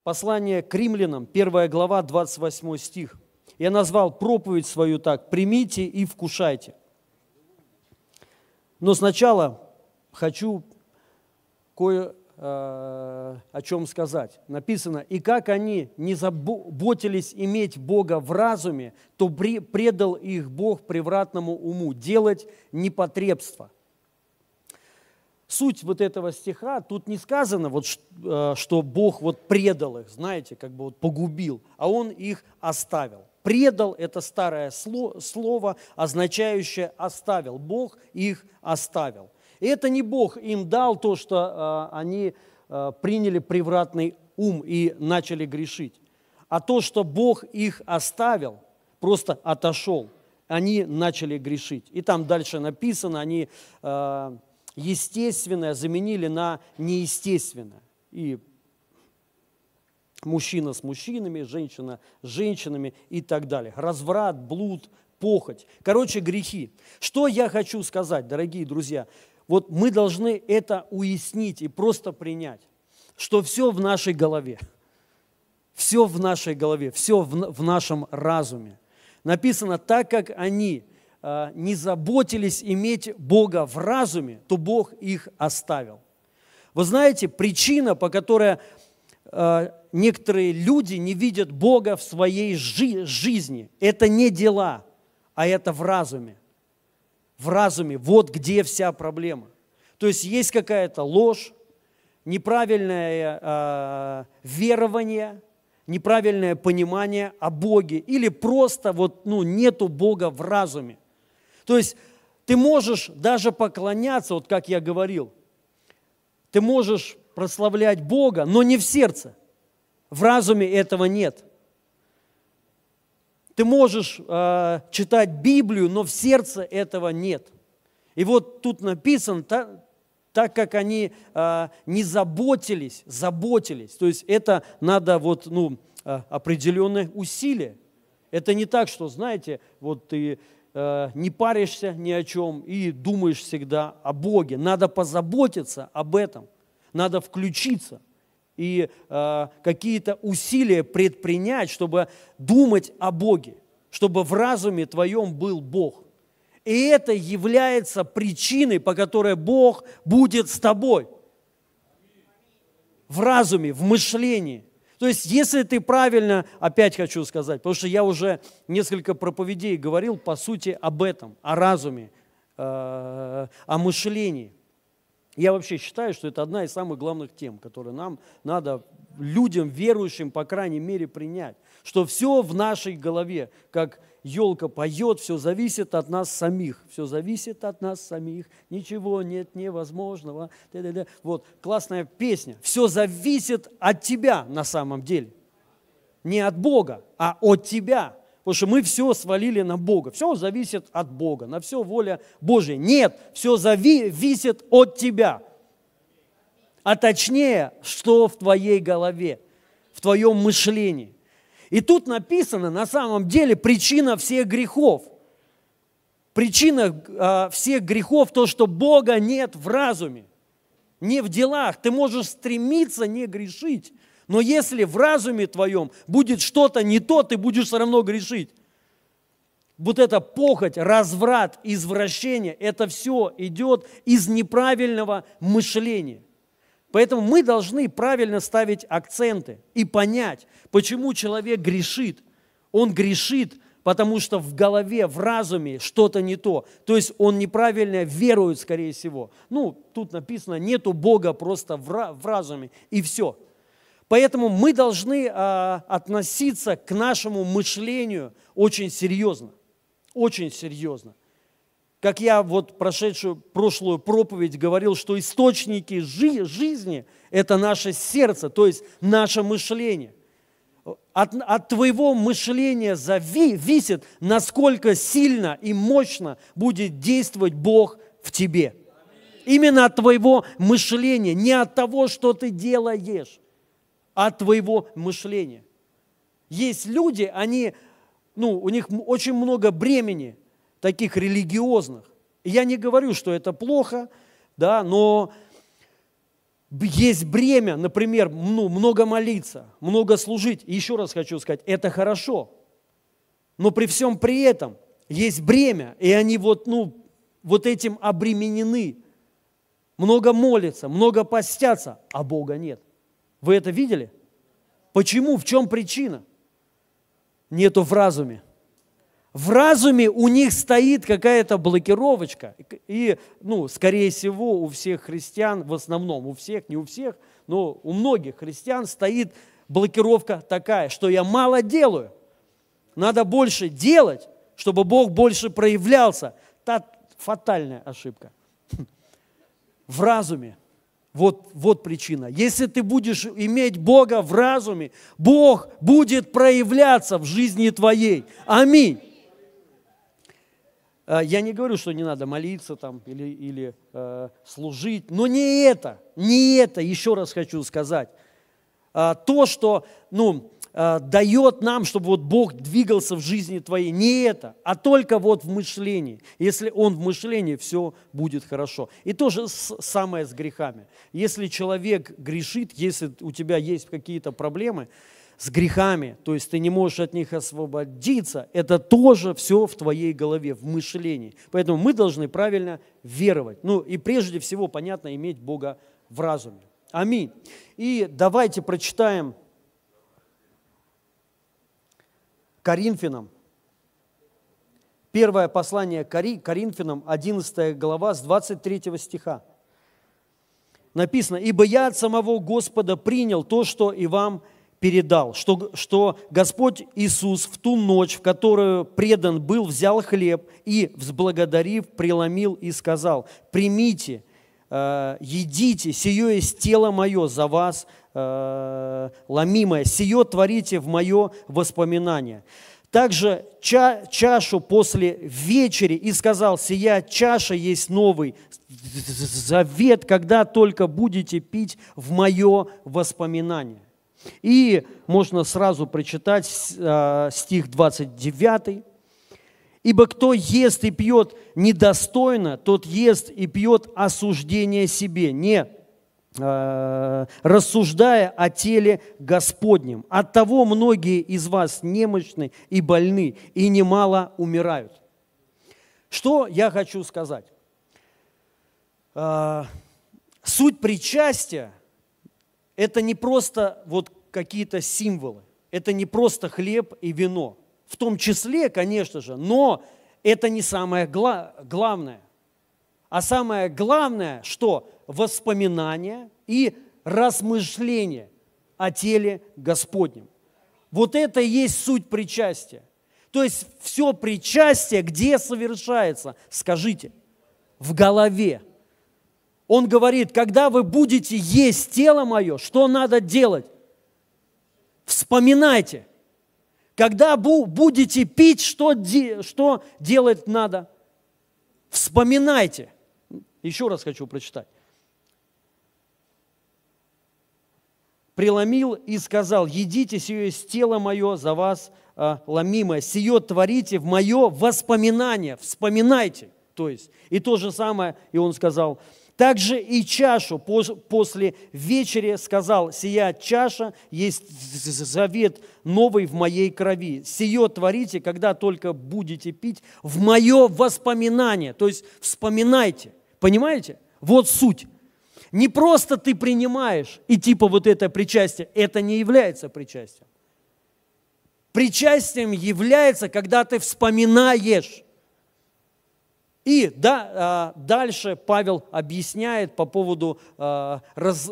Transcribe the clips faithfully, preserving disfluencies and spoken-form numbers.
Послание к римлянам, первая глава, двадцать восьмой стих. Я назвал проповедь свою так: «Примите и вкушайте». Но сначала хочу кое э, о чем сказать. Написано: «И как они не заботились иметь Бога в разуме, то предал их Бог превратному уму делать непотребство». Суть вот этого стиха, тут не сказано, вот, что Бог вот предал их, знаете, как бы вот погубил, а Он их оставил. Предал – это старое слово, означающее оставил. Бог их оставил. И это не Бог им дал то, что они приняли превратный ум и начали грешить, а то, что Бог их оставил, просто отошел, они начали грешить. И там дальше написано, они естественное заменили на неестественное. И мужчина с мужчинами, женщина с женщинами и так далее. Разврат, блуд, похоть. Короче, грехи. Что я хочу сказать, дорогие друзья? Вот мы должны это уяснить и просто принять, что все в нашей голове. Все в нашей голове, все в, в нашем разуме. Написано: так как они не заботились иметь Бога в разуме, то Бог их оставил. Вы знаете, причина, по которой э, некоторые люди не видят Бога в своей жи- жизни, это не дела, а это в разуме. В разуме, вот где вся проблема. То есть есть какая-то ложь, неправильное э, верование, неправильное понимание о Боге, или просто вот, ну, нету Бога в разуме. То есть ты можешь даже поклоняться, вот как я говорил, ты можешь прославлять Бога, но не в сердце. В разуме этого нет. Ты можешь э, читать Библию, но в сердце этого нет. И вот тут написано, так, так как они э, не заботились, заботились. То есть это надо вот, ну, э, определенные усилия. Это не так, что, знаете, вот ты не паришься ни о чем и думаешь всегда о Боге. Надо позаботиться об этом, надо включиться и э, какие-то усилия предпринять, чтобы думать о Боге, чтобы в разуме твоем был Бог. И это является причиной, по которой Бог будет с тобой. В разуме, в мышлении. То есть, если ты правильно, опять хочу сказать, потому что я уже несколько проповедей говорил, по сути, об этом, о разуме, э, о мышлении. Я вообще считаю, что это одна из самых главных тем, которые нам надо, людям, верующим, по крайней мере, принять. Что все в нашей голове, как елка поет, все зависит от нас самих. Все зависит от нас самих. Ничего нет невозможного. Вот, классная песня. Все зависит от тебя на самом деле. Не от Бога, а от тебя. Потому что мы все свалили на Бога. Все зависит от Бога, на все воля Божья. Нет, все зависит от тебя. А точнее, что в твоей голове, в твоем мышлении. И тут написано, на самом деле, причина всех грехов. Причина э, всех грехов то, что Бога нет в разуме, не в делах. Ты можешь стремиться не грешить, но если в разуме твоем будет что-то не то, ты будешь все равно грешить. Вот эта похоть, разврат, извращение, это все идет из неправильного мышления. Поэтому мы должны правильно ставить акценты и понять, почему человек грешит. Он грешит, потому что в голове, в разуме что-то не то. То есть он неправильно верует, скорее всего. Ну, тут написано, нету Бога просто в разуме, и все. Поэтому мы должны а, относиться к нашему мышлению очень серьезно. Очень серьезно. Как я вот прошедшую прошлую проповедь говорил, что источники жи- жизни – это наше сердце, то есть наше мышление. От, от твоего мышления зависит, насколько сильно и мощно будет действовать Бог в тебе. Именно от твоего мышления, не от того, что ты делаешь, а от твоего мышления. Есть люди, они, ну, у них очень много бремени, таких религиозных. И я не говорю, что это плохо, да, но есть бремя, например, ну, много молиться, много служить. И еще раз хочу сказать, это хорошо. Но при всем при этом есть бремя, и они вот, ну, вот этим обременены. Много молятся, много постятся, а Бога нет. Вы это видели? Почему? В чем причина? Нету в разуме. В разуме у них стоит какая-то блокировочка. И, ну, скорее всего, у всех христиан, в основном, у всех, не у всех, но у многих христиан стоит блокировка такая, что я мало делаю. Надо больше делать, чтобы Бог больше проявлялся. Та фатальная ошибка. В разуме. Вот, вот причина. Если ты будешь иметь Бога в разуме, Бог будет проявляться в жизни твоей. Аминь. Я не говорю, что не надо молиться там или, или э, служить, но не это, не это, еще раз хочу сказать. А, то, что, ну, э, дает нам, чтобы вот Бог двигался в жизни твоей, не это, а только вот в мышлении. Если Он в мышлении, все будет хорошо. И то же самое с грехами. Если человек грешит, если у тебя есть какие-то проблемы с грехами, то есть ты не можешь от них освободиться, это тоже все в твоей голове, в мышлении. Поэтому мы должны правильно веровать. Ну и прежде всего, понятно, иметь Бога в разуме. Аминь. И давайте прочитаем Коринфянам. Первое послание Коринфянам, одиннадцатая глава, с двадцать третьего стиха. Написано: «Ибо я от самого Господа принял то, что и вам передал, что, что Господь Иисус в ту ночь, в которую предан был, взял хлеб и, взблагодарив, преломил и сказал: примите, э, едите, сие есть тело мое за вас э, ломимое, сие творите в мое воспоминание. Также ча, чашу после вечери и сказал: сия чаша есть новый завет, когда только будете пить в мое воспоминание». И можно сразу прочитать э, стих двадцать девятый. «Ибо кто ест и пьет недостойно, тот ест и пьет осуждение себе, не э, рассуждая о теле Господнем. Оттого многие из вас немощны и больны, и немало умирают». Что я хочу сказать? Э, суть причастия – это не просто вот какие-то символы, это не просто хлеб и вино. В том числе, конечно же, но это не самое гла- главное. А самое главное, что воспоминание и размышление о теле Господнем. Вот это и есть суть причастия. То есть все причастие где совершается? Скажите, в голове. Он говорит: когда вы будете есть тело мое, что надо делать? Вспоминайте. Когда будете пить, что, де, что делать надо? Вспоминайте. Еще раз хочу прочитать. «Преломил и сказал: едите, сие есть тело мое за вас а, ломимое, сие творите в мое воспоминание». Вспоминайте. То есть, и то же самое, и он сказал: также и чашу после вечери сказал: сия чаша есть завет новый в моей крови. Сие творите, когда только будете пить, в мое воспоминание. То есть вспоминайте. Понимаете? Вот суть. Не просто ты принимаешь и типа вот это причастие. Это не является причастием. Причастием является, когда ты вспоминаешь. И да, дальше Павел объясняет по поводу раз,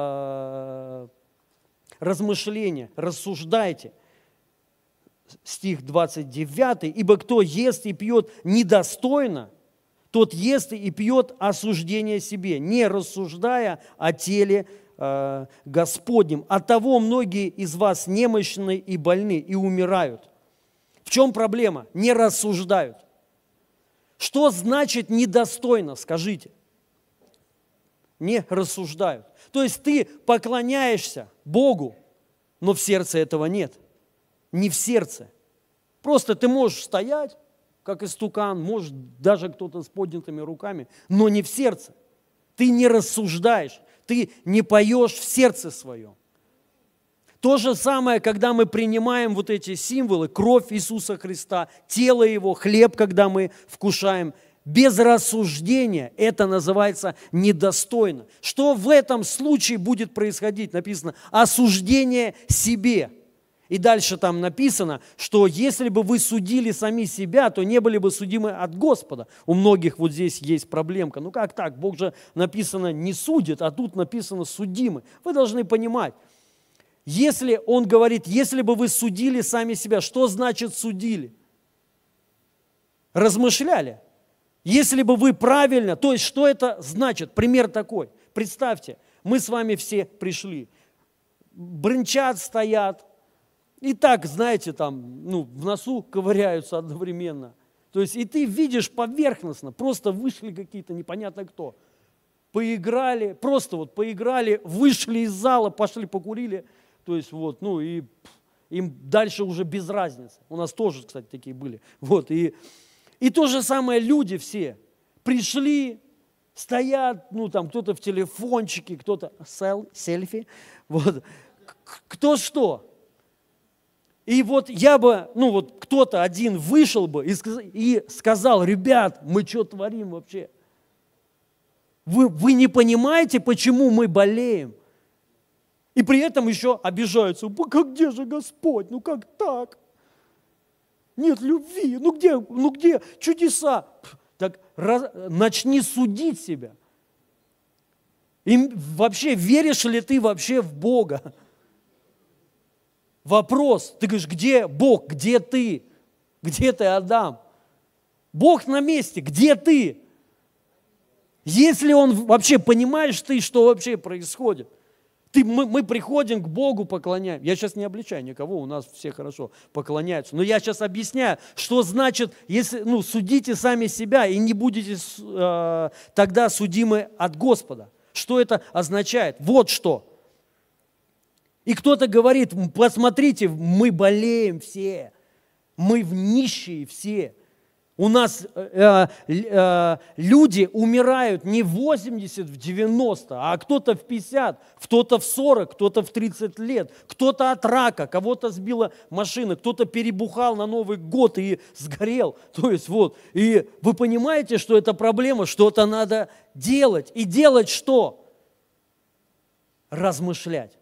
размышления. Рассуждайте. Стих двадцать девятый. «Ибо кто ест и пьет недостойно, тот ест и пьет осуждение себе, не рассуждая о теле Господнем. Оттого многие из вас немощны и больны, и умирают». В чем проблема? Не рассуждают. Что значит недостойно, скажите? Не рассуждают. То есть ты поклоняешься Богу, но в сердце этого нет. Не в сердце. Просто ты можешь стоять, как истукан, может даже кто-то с поднятыми руками, но не в сердце. Ты не рассуждаешь. ты не поешь в сердце своем. То же самое, когда мы принимаем вот эти символы, кровь Иисуса Христа, тело Его, хлеб, когда мы вкушаем, без рассуждения, это называется недостойно. Что в этом случае будет происходить? Написано осуждение себе. И дальше там написано, что если бы вы судили сами себя, то не были бы судимы от Господа. У многих вот здесь есть проблемка. Ну как так? Бог же написано не судит, а тут написано судимы. Вы должны понимать. Если он говорит, если бы вы судили сами себя, что значит судили? Размышляли. Если бы вы правильно, то есть что это значит? Пример такой. Представьте, мы с вами все пришли, брынчат, стоят, и так, знаете, там, ну, в носу ковыряются одновременно. То есть и ты видишь поверхностно, просто вышли какие-то непонятно кто. Поиграли, просто вот поиграли, вышли из зала, пошли покурили. То есть вот, ну и им дальше уже без разницы. У нас тоже, кстати, такие были. Вот, и, и то же самое люди все пришли, стоят, ну там кто-то в телефончике, кто-то сел, сельфи, вот, кто что. И вот я бы, ну вот кто-то один вышел бы и сказал, и сказал, ребят, мы что творим вообще? Вы, вы не понимаете, почему мы болеем? И при этом еще обижаются. Как где же Господь? Ну как так? Нет любви. Ну где, ну где чудеса? Так раз, начни судить себя. И вообще, веришь ли ты вообще в Бога? Вопрос. Ты говоришь, где Бог? Где ты? Где ты, Адам? Бог на месте. Где ты? Если Он вообще, понимаешь ты, что вообще происходит? Ты, мы, мы приходим к Богу, поклоняем. Я сейчас не обличаю никого, у нас все хорошо поклоняются. Но я сейчас объясняю, что значит, если, ну, судите сами себя и не будете э, тогда судимы от Господа. Что это означает? Вот что. И кто-то говорит, посмотрите, мы болеем все, мы в нищие все. У нас э, э, люди умирают не в восемьдесят, в девяносто, а кто-то в пятьдесят, кто-то в сорок, кто-то в тридцать лет, кто-то от рака, кого-то сбила машина, кто-то перебухал на Новый год и сгорел. То есть вот, и вы понимаете, что это проблема, что-то надо делать. И делать что? Размышлять.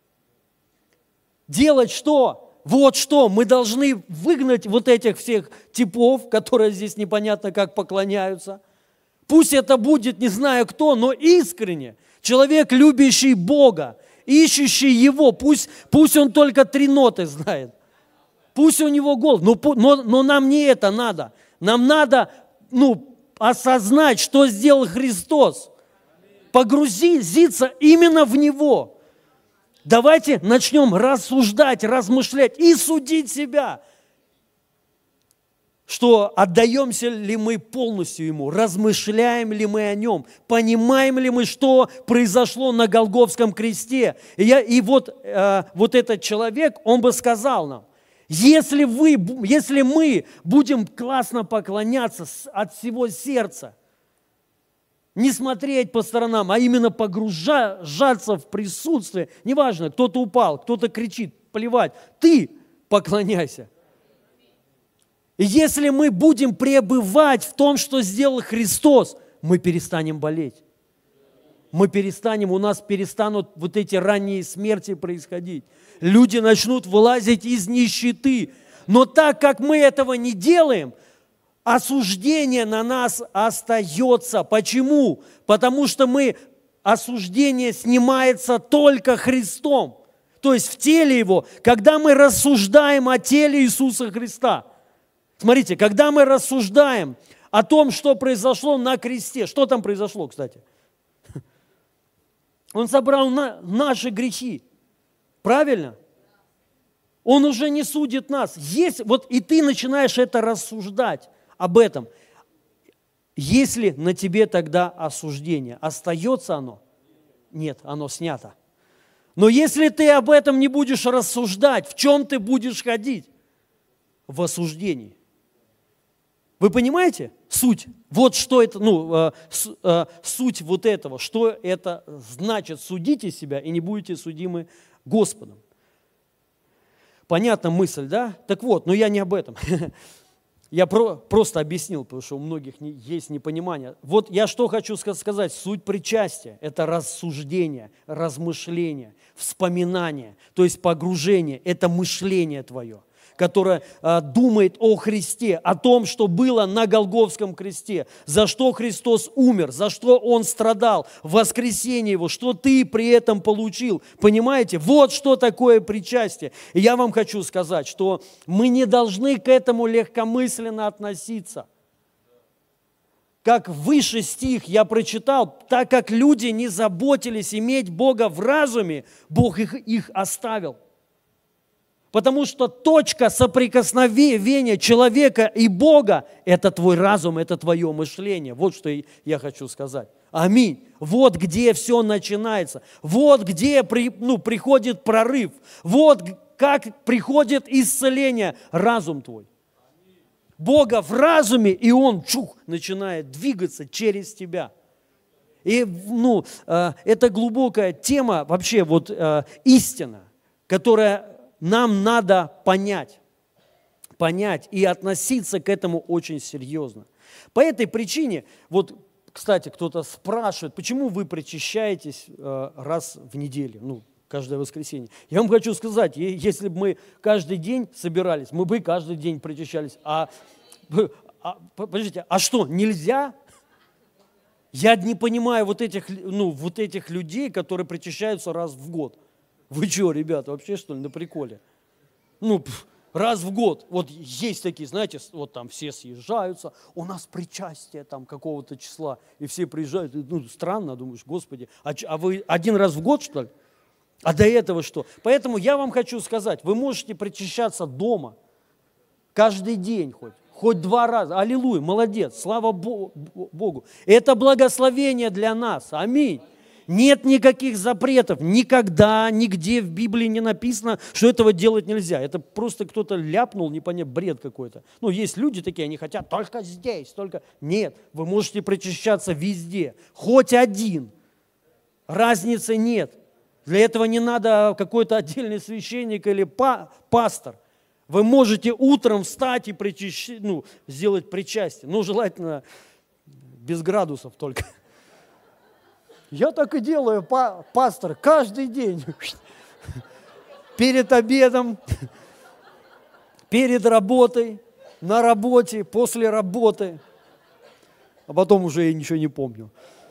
Делать что? Вот что, мы должны выгнать вот этих всех типов, которые здесь непонятно как поклоняются. Пусть это будет не знаю кто, но искренне. Человек, любящий Бога, ищущий Его, пусть, пусть он только три ноты знает. Пусть у него голос, но, но, но нам не это надо. Нам надо ну, осознать, что сделал Христос. Погрузиться именно в Него. Давайте начнем рассуждать, размышлять и судить себя, что отдаемся ли мы полностью Ему, размышляем ли мы о Нем, понимаем ли мы, что произошло на Голгофском кресте. И, я, и вот, э, вот этот человек, он бы сказал нам, если, вы, если мы будем классно поклоняться от всего сердца, не смотреть по сторонам, а именно погружаться в присутствие. Неважно, кто-то упал, кто-то кричит, плевать. Ты поклоняйся. И если мы будем пребывать в том, что сделал Христос, мы перестанем болеть. Мы перестанем, у нас перестанут вот эти ранние смерти происходить. Люди начнут вылазить из нищеты. Но так как мы этого не делаем, осуждение на нас остается. Почему? Потому что мы, осуждение снимается только Христом. То есть в теле Его, когда мы рассуждаем о теле Иисуса Христа. Смотрите, когда мы рассуждаем о том, что произошло на кресте. Что там произошло, кстати? Он забрал на, наши грехи. Правильно? Он уже не судит нас. Есть, вот и ты начинаешь это рассуждать об этом. Если на тебе тогда осуждение, остается оно? Нет, оно снято. Но если ты об этом не будешь рассуждать, в чем ты будешь ходить? В осуждении. Вы понимаете суть? Вот что это, ну, суть вот этого, что это значит: судите себя и не будете судимы Господом. Понятна мысль, да? Так вот, но я не об этом. Я про, просто объяснил, потому что у многих не, есть непонимание. Вот я что хочу сказать. Суть причастия – это рассуждение, размышление, вспоминание, то есть погружение. Это мышление твое, которое а, думает о Христе, о том, что было на Голгофском кресте, за что Христос умер, за что Он страдал, воскресение Его, что ты при этом получил. Понимаете? Вот что такое причастие. И я вам хочу сказать, что мы не должны к этому легкомысленно относиться. Как выше стих я прочитал, так как люди не заботились иметь Бога в разуме, Бог их, их оставил. Потому что точка соприкосновения человека и Бога – это твой разум, это твое мышление. Вот что я хочу сказать. Аминь. Вот где все начинается. Вот где при, ну, приходит прорыв. Вот как приходит исцеление. Разум твой. Бога в разуме, и Он чух, начинает двигаться через тебя. И ну, это глубокая тема, вообще вот истина, которая нам надо понять, понять и относиться к этому очень серьезно. По этой причине, вот, кстати, кто-то спрашивает, почему вы причащаетесь э, раз в неделю, ну, каждое воскресенье. Я вам хочу сказать, если бы мы каждый день собирались, мы бы каждый день причащались. А, а подождите, а что, нельзя? Я не понимаю вот этих, ну, вот этих людей, которые причащаются раз в год. Вы что, ребята, вообще что ли на приколе? Ну, раз в год. Вот есть такие, знаете, вот там все съезжаются, у нас причастие там какого-то числа, и все приезжают. Ну, странно, думаешь, Господи, а, а вы один раз в год, что ли? А до этого что? Поэтому я вам хочу сказать, вы можете причащаться дома, каждый день хоть. Хоть два раза. Аллилуйя, молодец, слава Богу. Это благословение для нас. Аминь. Нет никаких запретов, никогда, нигде в Библии не написано, что этого делать нельзя. Это просто кто-то ляпнул, непонятно, бред какой-то. Ну, есть люди такие, они хотят только здесь, только... Нет, вы можете причащаться везде, хоть один. Разницы нет. Для этого не надо какой-то отдельный священник или па- пастор. Вы можете утром встать и причащ... ну, сделать причастие. Ну, желательно без градусов только. Я так и делаю, пастор, каждый день. Перед обедом, перед работой, на работе, после работы. А потом уже я ничего не помню.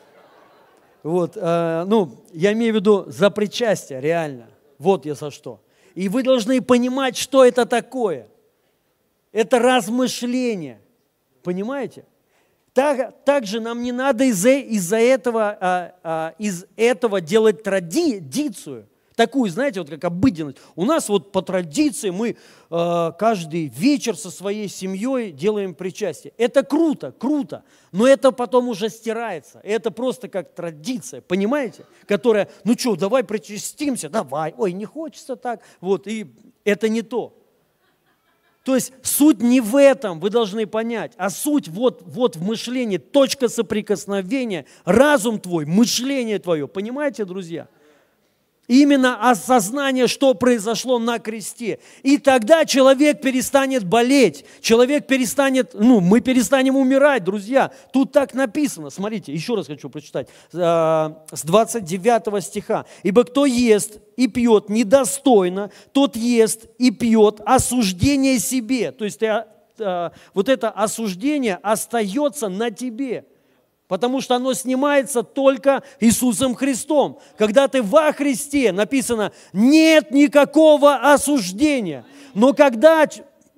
Вот, э, ну, я имею в виду за причастие, реально. Вот я за что. И вы должны понимать, что это такое. Это размышление. Понимаете? Так, также нам не надо из-за, из-за этого, а, а, из этого делать традицию, такую, знаете, вот как обыденность. У нас вот по традиции мы а, каждый вечер со своей семьей делаем причастие. Это круто, круто, но это потом уже стирается. Это просто как традиция, понимаете? Которая, ну что, давай причастимся, давай, ой, не хочется так, вот, и это не то. То есть суть не в этом, вы должны понять, а суть вот, вот в мышлении, точка соприкосновения, разум твой, мышление твое, понимаете, друзья? Именно осознание, что произошло на кресте. И тогда человек перестанет болеть, человек перестанет, ну, мы перестанем умирать, друзья. Тут так написано, смотрите, еще раз хочу прочитать, с двадцать девятого стиха. «Ибо кто ест и пьет недостойно, тот ест и пьет осуждение себе». То есть вот это осуждение остается на тебе. Потому что оно снимается только Иисусом Христом. Когда ты во Христе, написано, нет никакого осуждения. Но когда...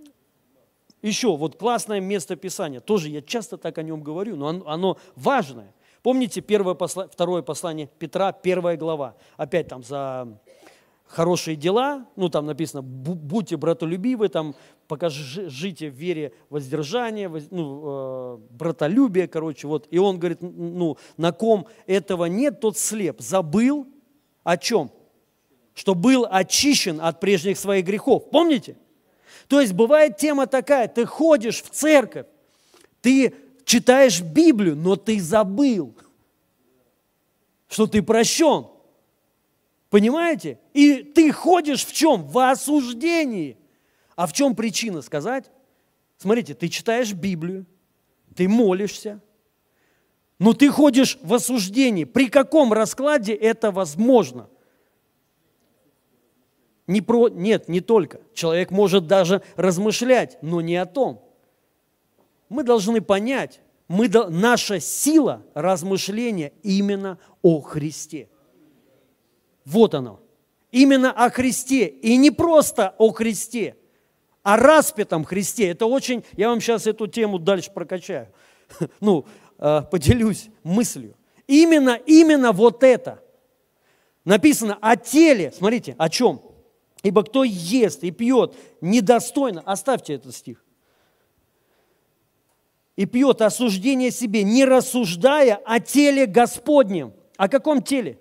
Еще вот классное место Писания. Тоже я часто так о нем говорю, но оно, оно важное. Помните первое посла... второе послание Петра, первая глава. Опять там за хорошие дела, ну там написано, будьте братолюбивы, там покажите в вере воздержание, ну, э, братолюбие, короче, вот. И он говорит, ну, на ком этого нет, тот слеп. Забыл о чем? Что был очищен от прежних своих грехов. Помните? То есть бывает тема такая, ты ходишь в церковь, Ты читаешь Библию, но ты забыл, что ты прощен. Понимаете? И ты ходишь в чем? В осуждении. А в чем причина сказать? Смотрите, ты читаешь Библию, ты молишься, но ты ходишь в осуждении. При каком раскладе это возможно? Не про, нет, не только. Человек может даже размышлять, но не о том. Мы должны понять, мы, наша сила размышления именно о Христе. Вот оно. Именно о Христе. И не просто о Христе, о распятом Христе. Это очень, я вам сейчас эту тему дальше прокачаю. Ну, поделюсь мыслью. Именно, именно вот это. Написано о теле. Смотрите, о чем? Ибо кто ест и пьет недостойно, оставьте этот стих, и пьет осуждение себе, не рассуждая о теле Господнем. О каком теле?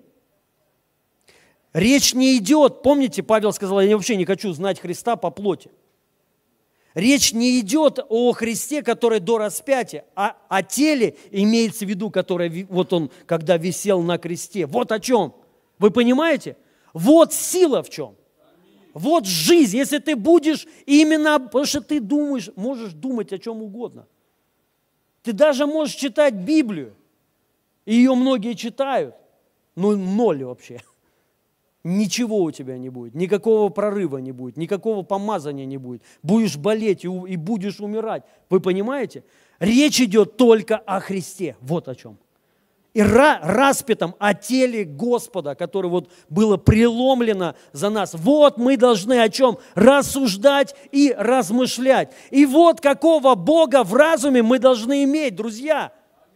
Речь не идет, помните, Павел сказал, я вообще не хочу знать Христа по плоти. Речь не идет о Христе, который до распятия, а о теле имеется в виду, который вот он, когда висел на кресте. Вот о чем. Вы понимаете? Вот сила в чем. Вот жизнь. Если ты будешь именно, потому что ты думаешь, можешь думать о чем угодно. Ты даже можешь читать Библию, и ее многие читают, но ноль вообще. Ничего у тебя не будет, никакого прорыва не будет, никакого помазания не будет. Будешь болеть и, и будешь умирать. Вы понимаете? Речь идет только о Христе. Вот о чем. И распятом о теле Господа, которое вот было преломлено за нас. Вот мы должны о чем? Рассуждать и размышлять. И вот какого Бога в разуме мы должны иметь, друзья.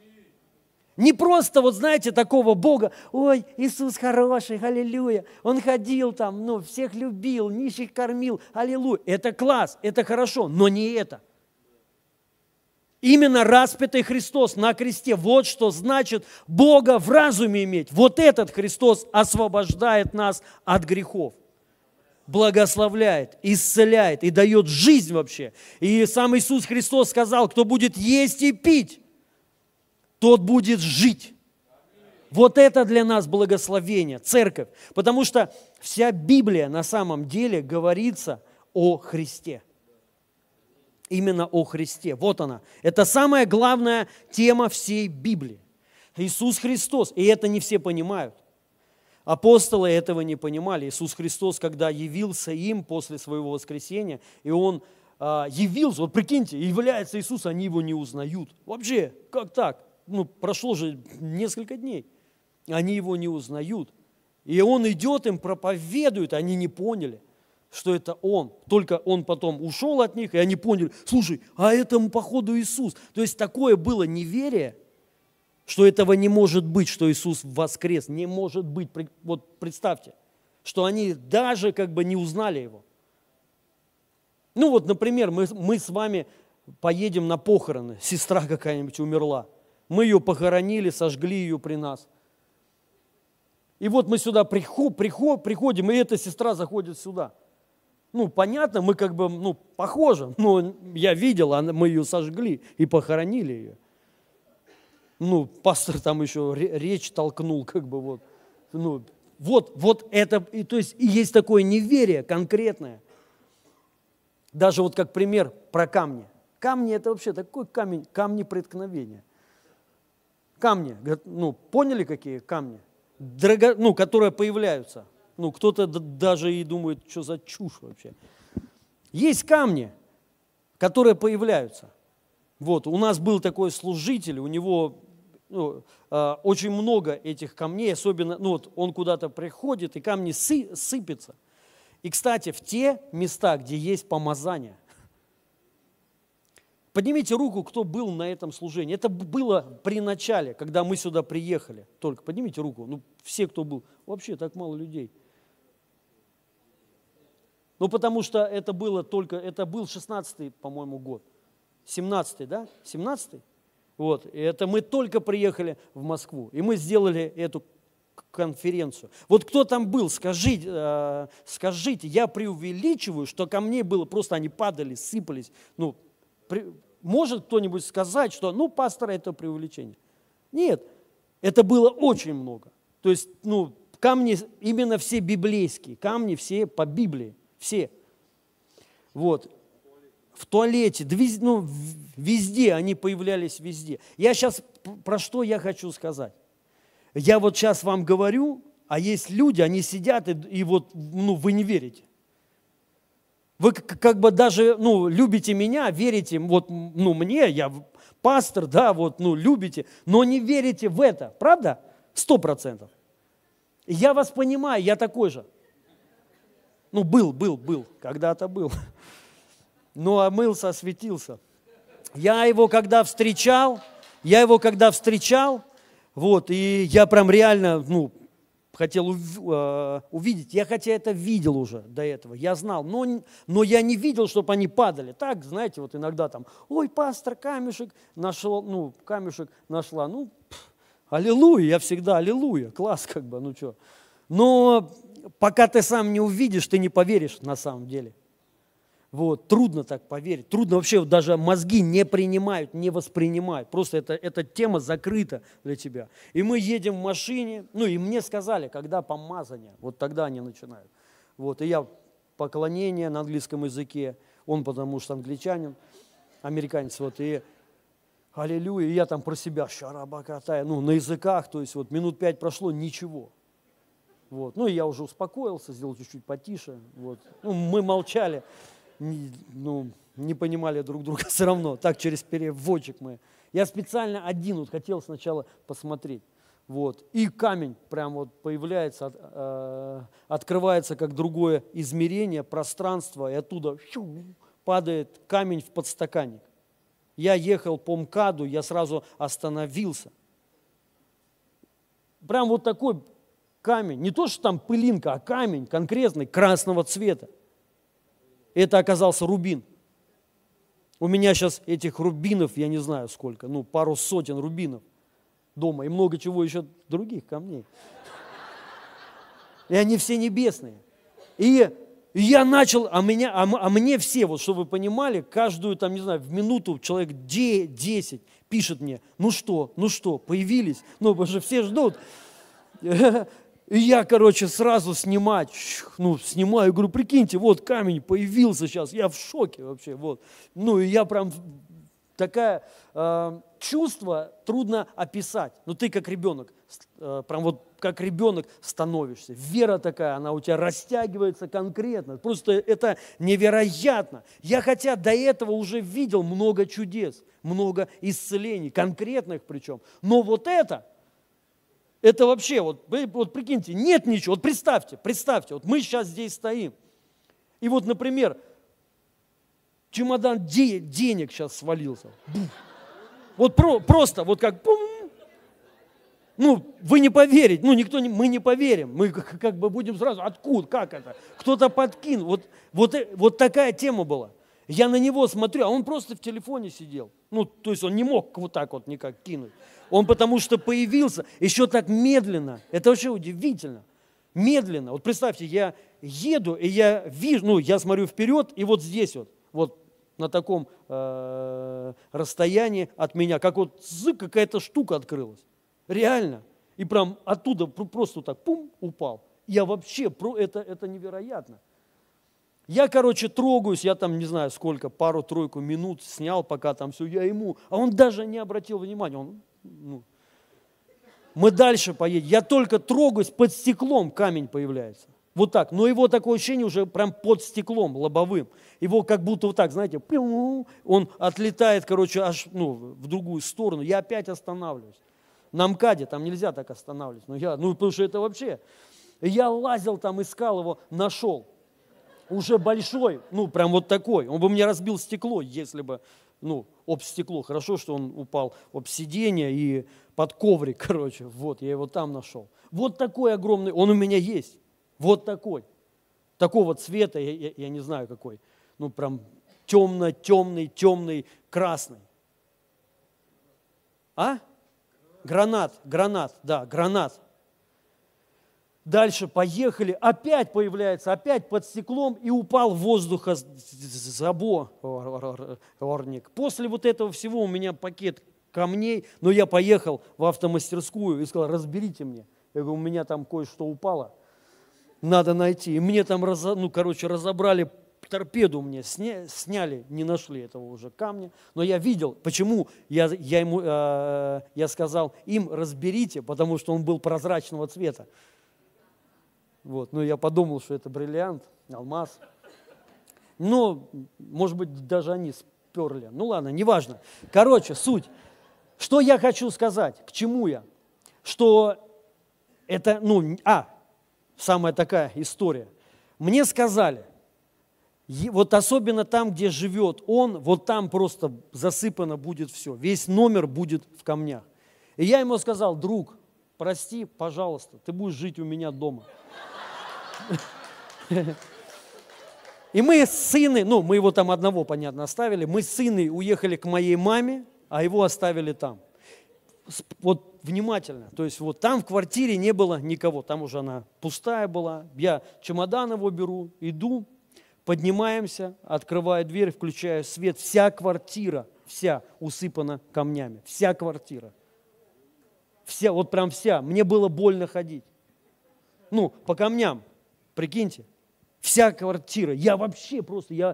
Не просто, вот знаете, такого Бога, ой, Иисус хороший, аллилуйя, Он ходил там, ну, всех любил, нищих кормил, аллилуйя. Это класс, это хорошо, но не это. Именно распятый Христос на кресте, вот что значит Бога в разуме иметь. Вот этот Христос освобождает нас от грехов, благословляет, исцеляет и дает жизнь вообще. И сам Иисус Христос сказал, кто будет есть и пить, тот будет жить. Вот это для нас благословение, церковь. Потому что вся Библия на самом деле говорится о Христе. Именно о Христе. Вот она. Это самая главная тема всей Библии. Иисус Христос. И это не все понимают. Апостолы этого не понимали. Иисус Христос, когда явился им после своего воскресения, и Он а, явился, вот прикиньте, является Иисус, они Его не узнают. Вообще, как так? Ну, прошло же несколько дней. Они Его не узнают. И Он идет им, проповедует, они не поняли, что это Он. Только Он потом ушел от них, и они поняли, слушай, а это походу Иисус. То есть такое было неверие, что этого не может быть, что Иисус воскрес. Не может быть. Вот представьте, что они даже как бы не узнали Его. Ну вот, например, мы, мы с вами поедем на похороны. Сестра какая-нибудь умерла. Мы ее похоронили, сожгли ее при нас. И вот мы сюда приход, приход, приходим, и эта сестра заходит сюда. Ну, понятно, мы как бы, ну, похожи, но я видел, мы ее сожгли и похоронили ее. Ну, пастор там еще речь толкнул, как бы вот. Ну, вот, вот это, и, то есть и есть такое неверие конкретное. Даже вот как пример про камни. Камни – это вообще такой камень, камни преткновения. Камни, ну, поняли, какие камни? Дорого, ну, которые появляются. Ну, кто-то даже и думает, что за чушь вообще. Есть камни, которые появляются. Вот, у нас был такой служитель, у него ну, э, очень много этих камней, особенно, ну, вот он куда-то приходит, и камни сы, сыпятся. И, кстати, в те места, где есть помазание. Поднимите руку, кто был на этом служении. Это было при начале, когда мы сюда приехали. Только поднимите руку. Ну, все, кто был. Вообще так мало людей. Ну, потому что это было только, это был шестнадцатый, по-моему, год. семнадцатый, да? семнадцатый? Вот. И это мы только приехали в Москву. И мы сделали эту конференцию. Вот кто там был, скажите, э, скажите, я преувеличиваю, что камней было, просто они падали, сыпались. Ну, может кто-нибудь сказать, что, ну, пастора это преувеличение? Нет, это было очень много. То есть, ну, камни именно все библейские, камни все по Библии, все. Вот. В туалете, ну, везде, они появлялись везде. Я сейчас, про что я хочу сказать? Я вот сейчас вам говорю, а есть люди, они сидят, и, и вот, ну, вы не верите. Вы как бы даже, ну, любите меня, верите, вот, ну, мне, я пастор, да, вот, ну, любите, но не верите в это, правда? Сто процентов. Я вас понимаю, я такой же. Ну, был, был, был, когда-то был. Но омылся, осветился. Я его когда встречал, я его когда встречал, вот, и я прям реально, ну, хотел увидеть. Я хотя это видел уже до этого, я знал, но, но я не видел, чтобы они падали. Так, знаете, вот иногда там, ой, пастор, камешек нашел, ну, камешек нашла, ну, пф, аллилуйя, я всегда аллилуйя, класс как бы, ну что. Но пока ты сам не увидишь, ты не поверишь на самом деле. Вот, трудно так поверить, трудно вообще, даже мозги не принимают, не воспринимают, просто это, эта тема закрыта для тебя. И мы едем в машине, ну и мне сказали, когда помазание, вот тогда они начинают. Вот, и я поклонение на английском языке, он потому что англичанин, американец, вот, и аллилуйя, и я там про себя шарабакатая, ну на языках, то есть вот минут пять прошло, ничего. Вот, ну и я уже успокоился, сделал чуть-чуть потише, вот, ну мы молчали. Не, ну, не понимали друг друга все равно, так через переводчик мы. Я специально один вот хотел сначала посмотреть, вот, и камень прям вот появляется, от, э, открывается как другое измерение, пространство, и оттуда щу, падает камень в подстаканник. Я ехал по МКАДу, я сразу остановился. Прям вот такой камень, не то что там пылинка, а камень конкретный, красного цвета. Это оказался рубин. У меня сейчас этих рубинов, я не знаю сколько, ну, пару сотен рубинов дома и много чего еще других камней. И они все небесные. И я начал, а, меня, а, а мне все, вот чтобы вы понимали, каждую, там, не знаю, в минуту человек десять пишет мне, ну что, ну что, появились? Ну, потому что все ждут. И я, короче, сразу снимать, ну, снимаю, говорю, прикиньте, вот камень появился сейчас, я в шоке вообще, вот. Ну, и я прям, такое э, чувство трудно описать. Ну, ты как ребенок, э, прям вот как ребенок становишься. Вера такая, она у тебя растягивается конкретно. Просто это невероятно. Я хотя до этого уже видел много чудес, много исцелений, конкретных причем. Но вот это... Это вообще, вот, вот прикиньте, нет ничего. Вот представьте, представьте, вот мы сейчас здесь стоим. И вот, например, чемодан де- денег сейчас свалился. Бух. Вот про, просто, вот как, пум. Ну, вы не поверите, ну, никто не, мы не поверим. Мы как, как бы будем сразу, откуда, как это? Кто-то подкинул. Вот, вот, вот такая тема была. Я на него смотрю, а он просто в телефоне сидел. Ну, то есть он не мог вот так вот никак кинуть. Он потому что появился еще так медленно. Это вообще удивительно. Медленно. Вот представьте, я еду, и я вижу, ну, я смотрю вперед, и вот здесь вот, вот на таком э, расстоянии от меня, как вот зы, какая-то штука открылась. Реально. И прям оттуда просто так, пум, упал. Я вообще, это, это невероятно. Я, короче, трогаюсь, я там, не знаю сколько, пару-тройку минут снял, пока там все, я ему, а он даже не обратил внимания, он, ну, мы дальше поедем, я только трогаюсь, под стеклом камень появляется, вот так, но его такое ощущение уже прям под стеклом лобовым, его как будто вот так, знаете, он отлетает, короче, аж, ну, в другую сторону, я опять останавливаюсь, на МКАДе там нельзя так останавливаться, ну, я, ну, потому что это вообще, я лазил там, искал его, нашел. Уже большой, ну, прям вот такой. Он бы мне разбил стекло, если бы, ну, об стекло. Хорошо, что он упал об сиденье и под коврик, короче. Вот, я его там нашел. Вот такой огромный, он у меня есть. Вот такой. Такого цвета, я, я, я не знаю какой. Ну, прям темно-темный, темный, красный. А? Гранат, гранат, да, гранат. Дальше поехали, опять появляется, опять под стеклом и упал в воздух заборник. После вот этого всего у меня пакет камней, но я поехал в автомастерскую и сказал, разберите мне. Я говорю, у меня там кое-что упало, надо найти. И мне там, ну, короче, разобрали торпеду, мне сня, сняли, не нашли этого уже камня. Но я видел, почему я, я, ему, э, я сказал им, разберите, потому что он был прозрачного цвета. Вот. Но я подумал, что это бриллиант, алмаз. Но, может быть, даже они сперли. Ну ладно, неважно. Короче, суть. Что я хочу сказать, к чему я? Что это, ну, а, самая такая история. Мне сказали, вот особенно там, где живет он, вот там просто засыпано будет все. Весь номер будет в камнях. И я ему сказал, друг, прости, пожалуйста, ты будешь жить у меня дома. И мы с сыном, ну, мы его там одного, понятно, оставили, мы с сыном уехали к моей маме, а его оставили там. Вот внимательно, то есть вот там в квартире не было никого, там уже она пустая была. Я чемодан его беру, иду, поднимаемся, открываю дверь, включаю свет. Вся квартира, вся усыпана камнями, вся квартира. Вся, вот прям вся. Мне было больно ходить. Ну, по камням, прикиньте. Вся квартира. Я вообще просто, я,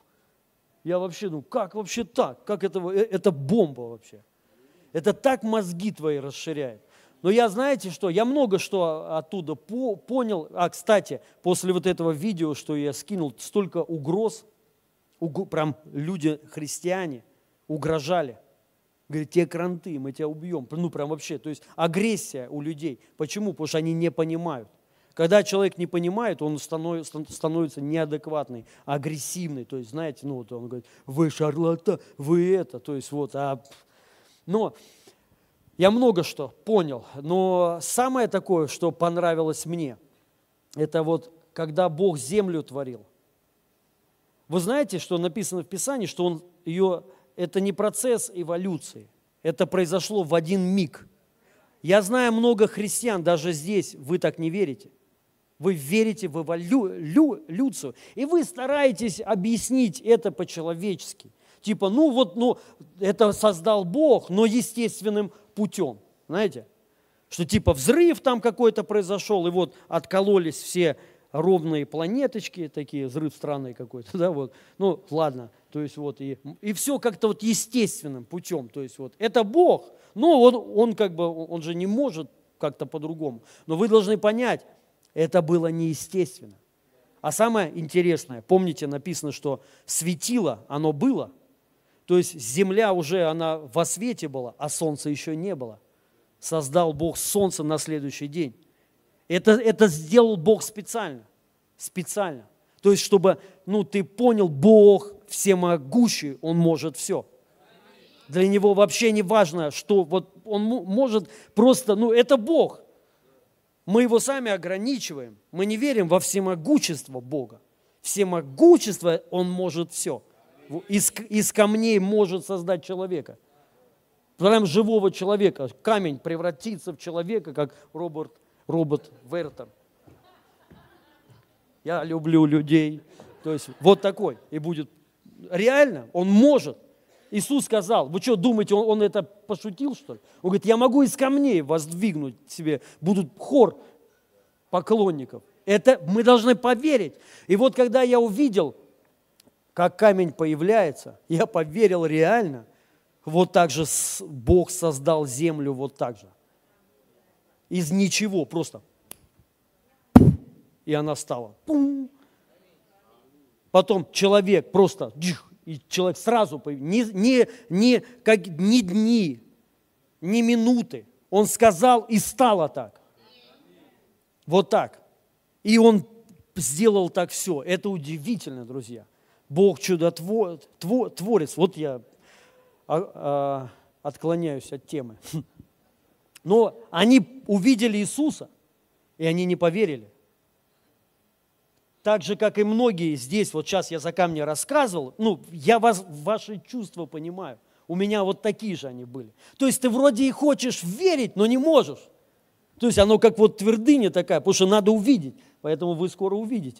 я вообще, ну как вообще так? Как это, это бомба вообще. Это так мозги твои расширяет. Но я, знаете что, я много что оттуда по, понял. А, кстати, после вот этого видео, что я скинул, столько угроз, уг, прям люди, христиане, угрожали. Говорит, те кранты, мы тебя убьем. Ну, прям вообще, то есть агрессия у людей. Почему? Потому что они не понимают. Когда человек не понимает, он становится, становится неадекватный, агрессивный. То есть, знаете, ну, вот он говорит, вы шарлатан, вы это. То есть, вот, а... Но я много что понял, но самое такое, что понравилось мне, это вот, когда Бог землю творил. Вы знаете, что написано в Писании, что Он ее, это не процесс эволюции, это произошло в один миг. Я знаю много христиан, даже здесь вы так не верите. Вы верите в эволюцию, и вы стараетесь объяснить это по-человечески. Типа, ну вот, ну, это создал Бог, но естественным путем. Знаете? Что типа взрыв там какой-то произошел, и вот откололись все ровные планеточки, такие, взрыв странный какой-то, да, вот. Ну, ладно, то есть вот, и, и все как-то вот естественным путем. То есть вот, это Бог, но он, он как бы, он же не может как-то по-другому. Но вы должны понять, это было неестественно. А самое интересное, помните, написано, что светило, оно было. То есть земля уже, она во свете была, а солнца еще не было. Создал Бог солнце на следующий день. Это, это сделал Бог специально. Специально. То есть, чтобы, ну, ты понял, Бог всемогущий, Он может все. Для Него вообще не важно, что вот Он может просто, ну, это Бог. Мы Его сами ограничиваем. Мы не верим во всемогущество Бога. Всемогущество Он может все. Из, из камней может создать человека. Прям живого человека. Камень превратится в человека, как робот, робот Вертер. Я люблю людей. То есть вот такой. И будет. Реально, он может. Иисус сказал, вы что, думаете, он, он это пошутил, что ли? Он говорит, я могу из камней воздвигнуть себе. Будут хор поклонников. Это мы должны поверить. И вот когда я увидел, как камень появляется, я поверил реально. Вот так же Бог создал землю вот так же. Из ничего, просто. И она стала. Пум. Потом человек просто, и человек сразу появился. Не, не, не, как, ни дни, ни минуты. Он сказал, и стало так. Вот так. И он сделал так все. Это удивительно, друзья. Бог чудотворец. Вот я а, а, отклоняюсь от темы. Но они увидели Иисуса, и они не поверили. Так же, как и многие здесь, вот сейчас я за камни рассказывал, ну, я вас, ваши чувства понимаю. У меня вот такие же они были. То есть ты вроде и хочешь верить, но не можешь. То есть оно как вот твердыня такая, потому что надо увидеть, поэтому вы скоро увидите.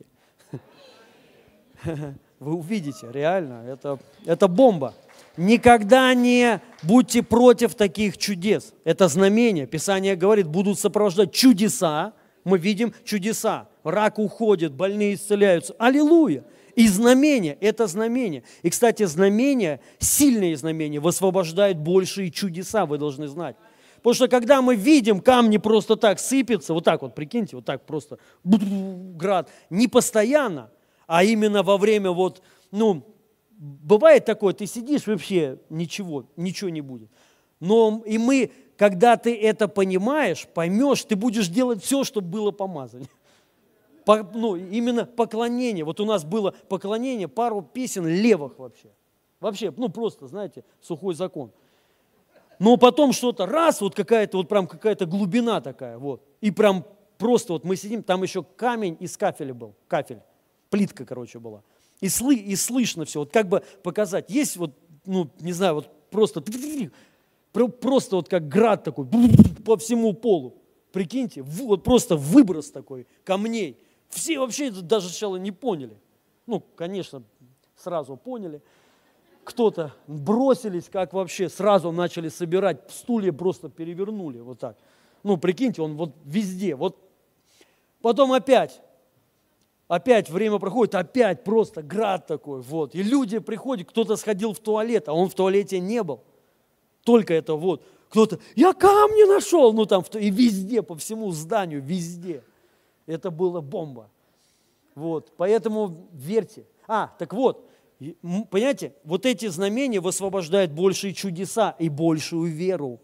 Вы увидите, реально, это, это бомба. Никогда не будьте против таких чудес. Это знамение. Писание говорит, будут сопровождать чудеса. Мы видим чудеса. Рак уходит, больные исцеляются. Аллилуйя! И знамение, это знамение. И, кстати, знамение, сильные знамения высвобождают большие чудеса, вы должны знать. Потому что когда мы видим, камни просто так сыпятся, вот так вот, прикиньте, вот так просто, град, не постоянно, а именно во время вот, ну, бывает такое, ты сидишь, вообще ничего, ничего не будет. Но и мы, когда ты это понимаешь, поймешь, ты будешь делать все, чтобы было помазание. По, ну, именно поклонение. Вот у нас было поклонение, пару песен левых вообще. Вообще, ну просто, знаете, сухой закон. Но потом что-то раз, вот какая-то, вот прям какая-то глубина такая, вот. И прям просто вот мы сидим, там еще камень из кафеля был, кафель, плитка, короче, была. И, слы, и слышно все, вот как бы показать. Есть вот, ну, не знаю, вот просто, просто вот как град такой по всему полу. Прикиньте, вот просто выброс такой камней. Все вообще даже сначала не поняли. Ну, конечно, сразу поняли. Кто-то бросились, как вообще, сразу начали собирать, стулья просто перевернули вот так. Ну, прикиньте, он вот везде. Вот. Потом опять, опять время проходит, опять просто град такой. Вот. И люди приходят, кто-то сходил в туалет, а он в туалете не был. Только это вот. Кто-то, я камни нашел, ну там, и везде, по всему зданию, везде. Это была бомба. Вот, поэтому верьте. А, так вот, понимаете, вот эти знамения высвобождают большие чудеса и большую веру.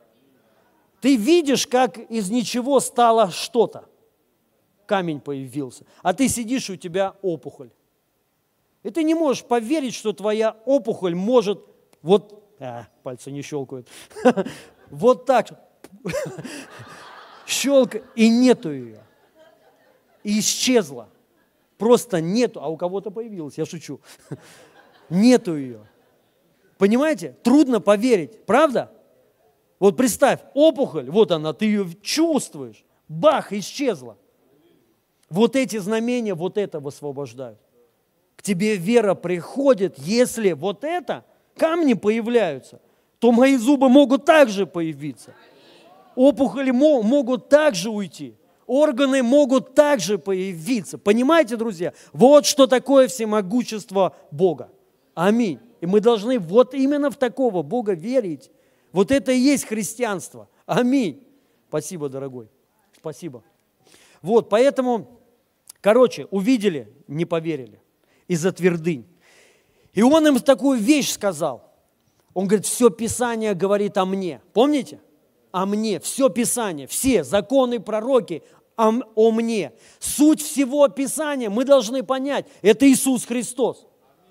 Ты видишь, как из ничего стало что-то. Камень появился. А ты сидишь, у тебя опухоль. И ты не можешь поверить, что твоя опухоль может вот... А, пальцы не щелкают. Вот так. Щелка, и нету ее. И исчезла. Просто нету, а у кого-то появилась, я шучу. Нету ее. Понимаете? Трудно поверить, правда? Вот представь, опухоль, вот она, ты ее чувствуешь. Бах, исчезла. Вот эти знамения, вот это высвобождают. К тебе вера приходит, если вот это, камни появляются, то мои зубы могут также появиться. Опухоли могут также уйти. Органы могут также появиться. Понимаете, друзья? Вот что такое всемогущество Бога. Аминь. И мы должны вот именно в такого Бога верить. Вот это и есть христианство. Аминь. Спасибо, дорогой. Спасибо. Вот, поэтому, короче, увидели, не поверили. Из-за твердынь. И он им такую вещь сказал. Он говорит, все Писание говорит о мне. Помните? О мне. Все Писание, все законы, пророки о, о мне. Суть всего Писания мы должны понять. Это Иисус Христос.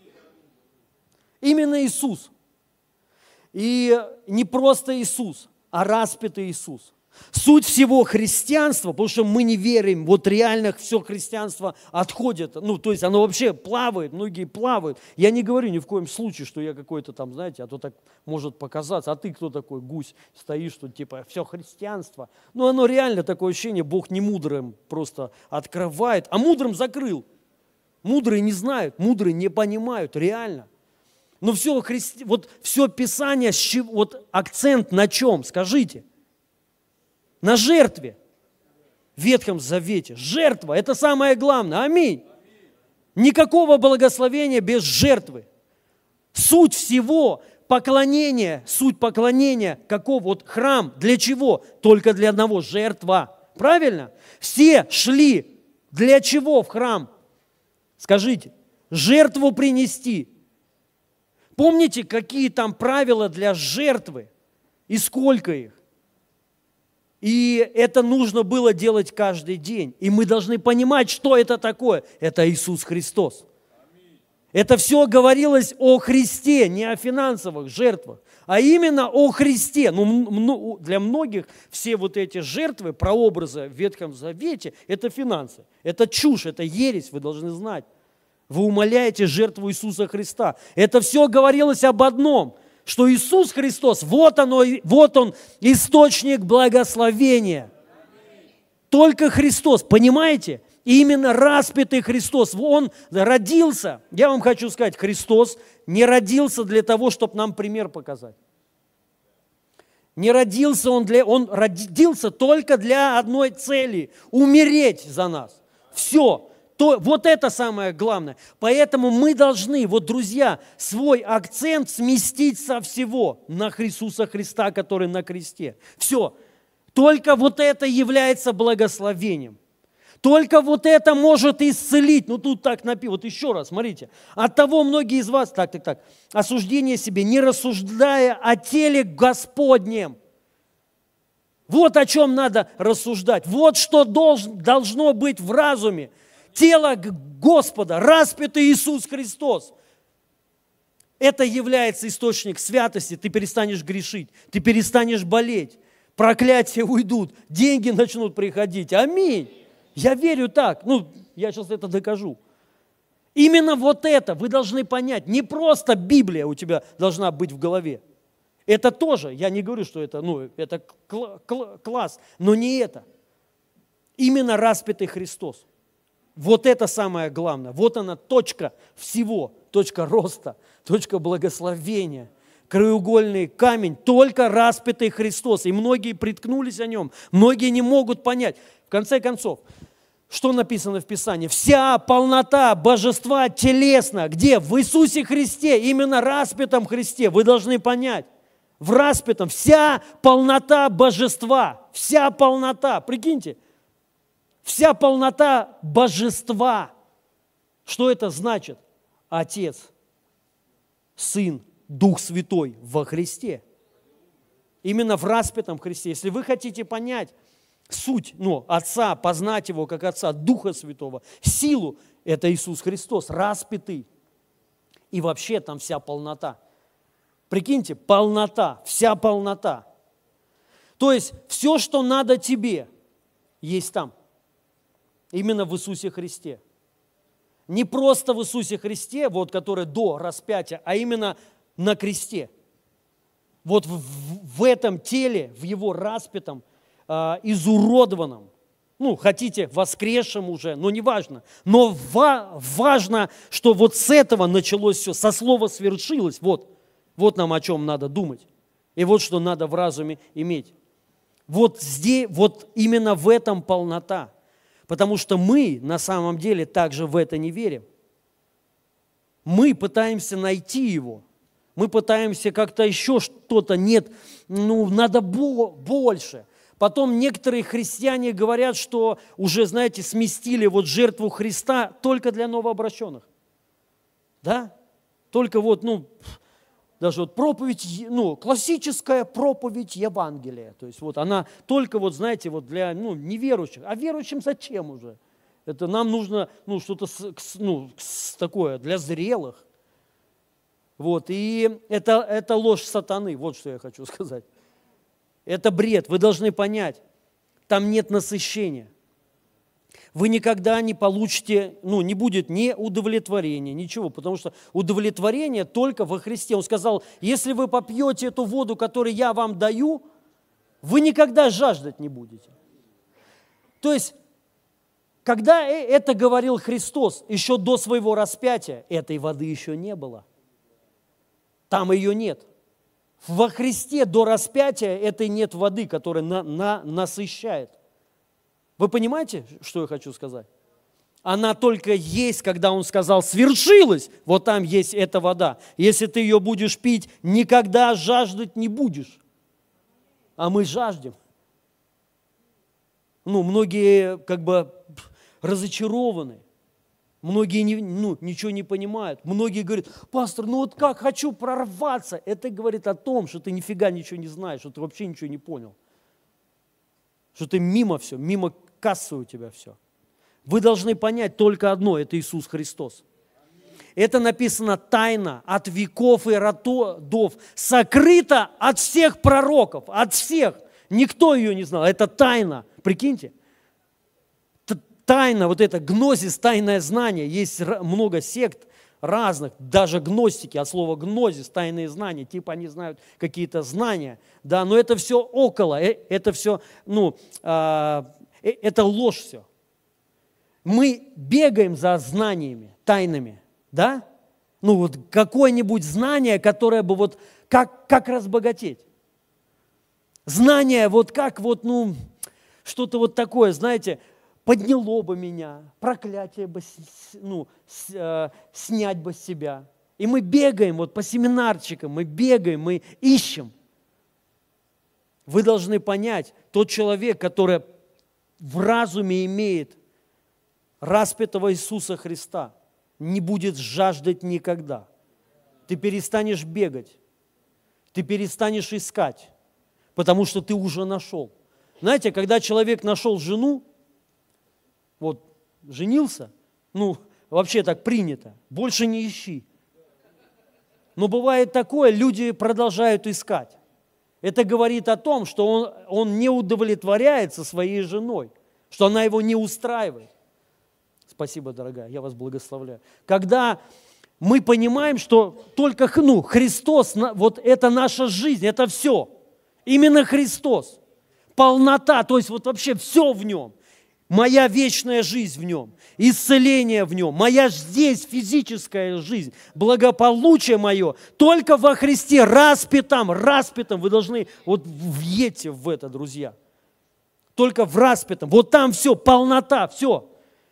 Именно Иисус. И не просто Иисус, а распятый Иисус. Суть всего христианства, потому что мы не верим, вот реально все христианство отходит, ну, то есть оно вообще плавает, многие плавают. Я не говорю ни в коем случае, что я какой-то там, знаете, а то так может показаться, а ты кто такой, гусь, стоишь тут, типа, все христианство. Ну, оно реально такое ощущение, Бог не мудрым просто открывает, а мудрым закрыл. Мудрые не знают, мудрые не понимают, реально. Но все, христи... вот все Писание, вот акцент на чем, скажите? На жертве. В Ветхом Завете. Жертва – это самое главное. Аминь. Никакого благословения без жертвы. Суть всего поклонения, суть поклонения, какого вот храм, для чего? Только для одного – жертва. Правильно? Все шли для чего в храм? Скажите, жертву принести. Помните, какие там правила для жертвы и сколько их? И это нужно было делать каждый день. И мы должны понимать, что это такое. Это Иисус Христос. Это все говорилось о Христе, не о финансовых жертвах, а именно о Христе. Ну, для многих все вот эти жертвы, прообразы в Ветхом Завете, это финансы. Это чушь, это ересь, вы должны знать. Вы умаляете жертву Иисуса Христа. Это все говорилось об одном – что Иисус Христос, вот, оно, вот Он, источник благословения. Только Христос, понимаете? И именно распятый Христос, Он родился, я вам хочу сказать, Христос не родился для того, чтобы нам пример показать. Не родился Он для, Он родился только для одной цели – умереть за нас. Все. То, вот это самое главное. Поэтому мы должны, вот, друзья, свой акцент сместить со всего на Иисуса Христа, который на кресте. Все. Только вот это является благословением. Только вот это может исцелить. Ну тут так написано. Вот еще раз, смотрите. Оттого многие из вас, так, так, так, осуждение себе, не рассуждая о теле Господнем. Вот о чем надо рассуждать. Вот что должен, должно быть в разуме. Тело Господа, распятый Иисус Христос. Это является источник святости. Ты перестанешь грешить, ты перестанешь болеть. Проклятия уйдут, деньги начнут приходить. Аминь. Я верю так. Ну, я сейчас это докажу. Именно вот это вы должны понять. Не просто Библия у тебя должна быть в голове. Это тоже, я не говорю, что это, ну, это кл- кл- класс, но не это. Именно распятый Христос. Вот это самое главное. Вот она точка всего, точка роста, точка благословения. Краеугольный камень, только распятый Христос. И многие приткнулись о нем, многие не могут понять. В конце концов, что написано в Писании? Вся полнота божества телесно. Где? В Иисусе Христе, именно распятом Христе. Вы должны понять. В распятом вся полнота божества. Вся полнота. Прикиньте. Вся полнота божества. Что это значит? Отец, Сын, Дух Святой во Христе. Именно в распятом Христе. Если вы хотите понять суть, ну, Отца, познать Его как Отца, Духа Святого, силу, это Иисус Христос, распятый. И вообще там вся полнота. Прикиньте, полнота, вся полнота. То есть все, что надо тебе, есть там. Именно в Иисусе Христе. Не просто в Иисусе Христе, вот, который до распятия, а именно на кресте. Вот в, в, в этом теле, в его распятом, э, изуродованном, ну, хотите, воскресшем уже, но не важно. Но ва, важно, что вот с этого началось все, со слова свершилось. Вот, вот нам о чем надо думать. И вот что надо в разуме иметь. Вот здесь, вот именно в этом полнота. Потому что мы на самом деле также в это не верим. Мы пытаемся найти его. Мы пытаемся как-то еще что-то. Нет, ну, надо больше. Потом некоторые христиане говорят, что уже, знаете, сместили вот жертву Христа только для новообращенных. Да? Только вот, ну, даже вот проповедь, ну, классическая проповедь Евангелия. То есть вот она только вот, знаете, вот для, ну, неверующих. А верующим зачем уже? Это нам нужно, ну, что-то, ну, такое для зрелых. Вот, и это, это ложь сатаны, вот что я хочу сказать. Это бред, вы должны понять. Там нет насыщения. Вы никогда не получите, ну, не будет ни удовлетворения, ничего, потому что удовлетворение только во Христе. Он сказал, если вы попьете эту воду, которую я вам даю, вы никогда жаждать не будете. То есть, когда это говорил Христос, еще до своего распятия, этой воды еще не было. Там ее нет. Во Христе до распятия этой нет воды, которая на, на, насыщает. Вы понимаете, что я хочу сказать? Она только есть, когда Он сказал, свершилось, вот там есть эта вода. Если ты ее будешь пить, никогда жаждать не будешь. А мы жаждем. Ну, многие как бы разочарованы. Многие не, ну, ничего не понимают. Многие говорят, пастор, ну вот как, хочу прорваться. Это говорит о том, что ты нифига ничего не знаешь, что ты вообще ничего не понял. Что ты мимо все, мимо кассы у тебя все. Вы должны понять только одно, это Иисус Христос. Это написано тайна от веков и родов, сокрыто от всех пророков, от всех. Никто ее не знал, это тайна, прикиньте. Тайна, вот это гнозис, тайное знание. Есть много сект разных, даже гностики, от слова гнозис, тайные знания, типа они знают какие-то знания, да, но это все около, это все, ну, Э, Это ложь все. Мы бегаем за знаниями, тайнами, да? Ну вот какое-нибудь знание, которое бы вот, как, как разбогатеть. Знание вот как вот, ну, что-то вот такое, знаете, подняло бы меня, проклятие бы, ну, с, э, снять бы с себя. И мы бегаем вот по семинарчикам, мы бегаем, мы ищем. Вы должны понять, тот человек, который в разуме имеет распятого Иисуса Христа, не будет жаждать никогда. Ты перестанешь бегать, ты перестанешь искать, потому что ты уже нашел. Знаете, когда человек нашел жену, вот женился, ну, вообще так принято, больше не ищи. Но бывает такое, люди продолжают искать. Это говорит о том, что он, он не удовлетворяется своей женой, что она его не устраивает. Спасибо, дорогая, я вас благословляю. Когда мы понимаем, что только ну, Христос, вот это наша жизнь, это все. Именно Христос. Полнота, то есть вот вообще все в Нем. Моя вечная жизнь в Нем, исцеление в Нем, моя здесь физическая жизнь, благополучие мое только во Христе, распятом, распятом. Вы должны вот въедьте в это, друзья. Только в распятом. Вот там все, полнота, все.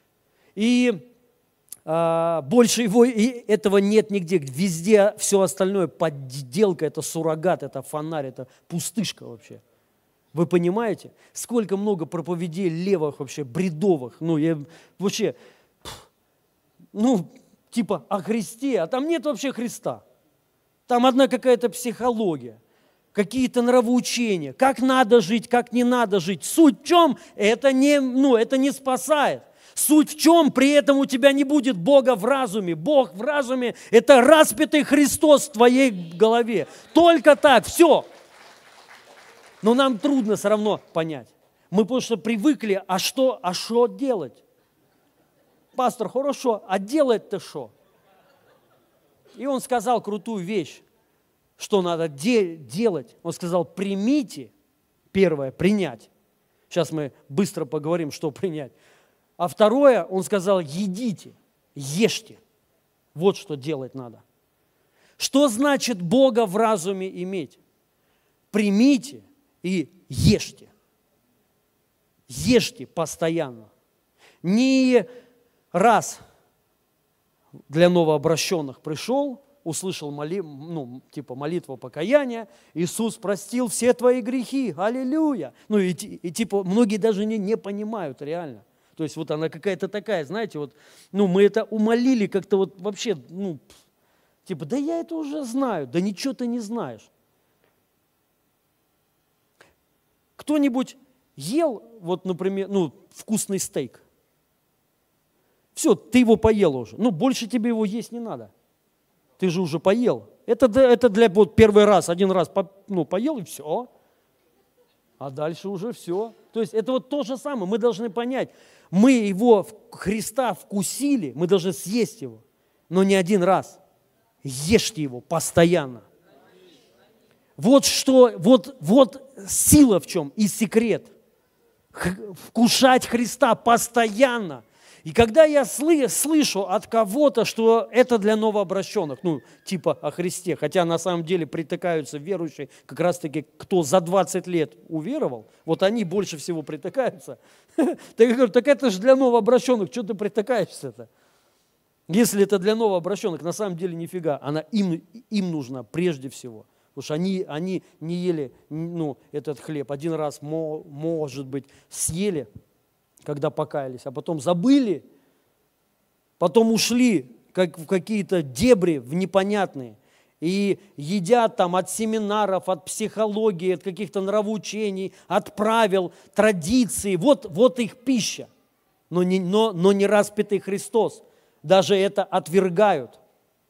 И а, больше его, и этого нет нигде. Везде все остальное подделка, это суррогат, это фонарь, это пустышка вообще. Вы понимаете, сколько много проповедей левых вообще, бредовых, ну, я вообще, ну, типа о Христе, а там нет вообще Христа. Там одна какая-то психология, какие-то нравоучения, как надо жить, как не надо жить. Суть в чем? Это не, ну, это не спасает. Суть в чем? При этом у тебя не будет Бога в разуме. Бог в разуме – это распятый Христос в твоей голове. Только так, все. Но нам трудно все равно понять. Мы просто привыкли, а что, а что делать? Пастор, хорошо, а делать-то что? И он сказал крутую вещь, что надо де- делать. Он сказал, примите, первое, принять. Сейчас мы быстро поговорим, что принять. А второе, он сказал, едите, ешьте. Вот что делать надо. Что значит Бога в разуме иметь? Примите и ешьте. Ешьте постоянно. Не раз для новообращенных пришел, услышал моли, ну, типа молитву покаяния, Иисус простил все твои грехи, аллилуйя. Ну и, и типа многие даже не, не понимают реально. То есть вот она какая-то такая, знаете, вот, ну мы это умолили как-то вот вообще, ну, типа, да я это уже знаю, да ничего ты не знаешь. Кто-нибудь ел, вот, например, ну, вкусный стейк? Все, ты его поел уже. Ну, больше тебе его есть не надо. Ты же уже поел. Это, это для вот первый раз, один раз по, ну, поел и все. А дальше уже все. То есть это вот то же самое. Мы должны понять, мы его, Христа, вкусили, мы должны съесть его, но не один раз. Ешьте его постоянно. Вот что, вот, вот сила в чем и секрет. Вкушать Христа постоянно. И когда я сlı, слышу от кого-то, что это для новообращенных, ну, типа о Христе, хотя на самом деле притыкаются верующие, как раз-таки, кто за двадцать лет уверовал, вот они больше всего притыкаются. Так я говорю, так это же для новообращенных, что ты притыкаешься-то? Если это для новообращенных, на самом деле нифига, она им, им нужна прежде всего. Потому что они, они не ели ну, этот хлеб. Один раз, мо, может быть, съели, когда покаялись, а потом забыли, потом ушли как в какие-то дебри, в непонятные, и едят там от семинаров, от психологии, от каких-то нравоучений, от правил, традиций. Вот, вот их пища. Но не, но, но не распятый Христос. Даже это отвергают.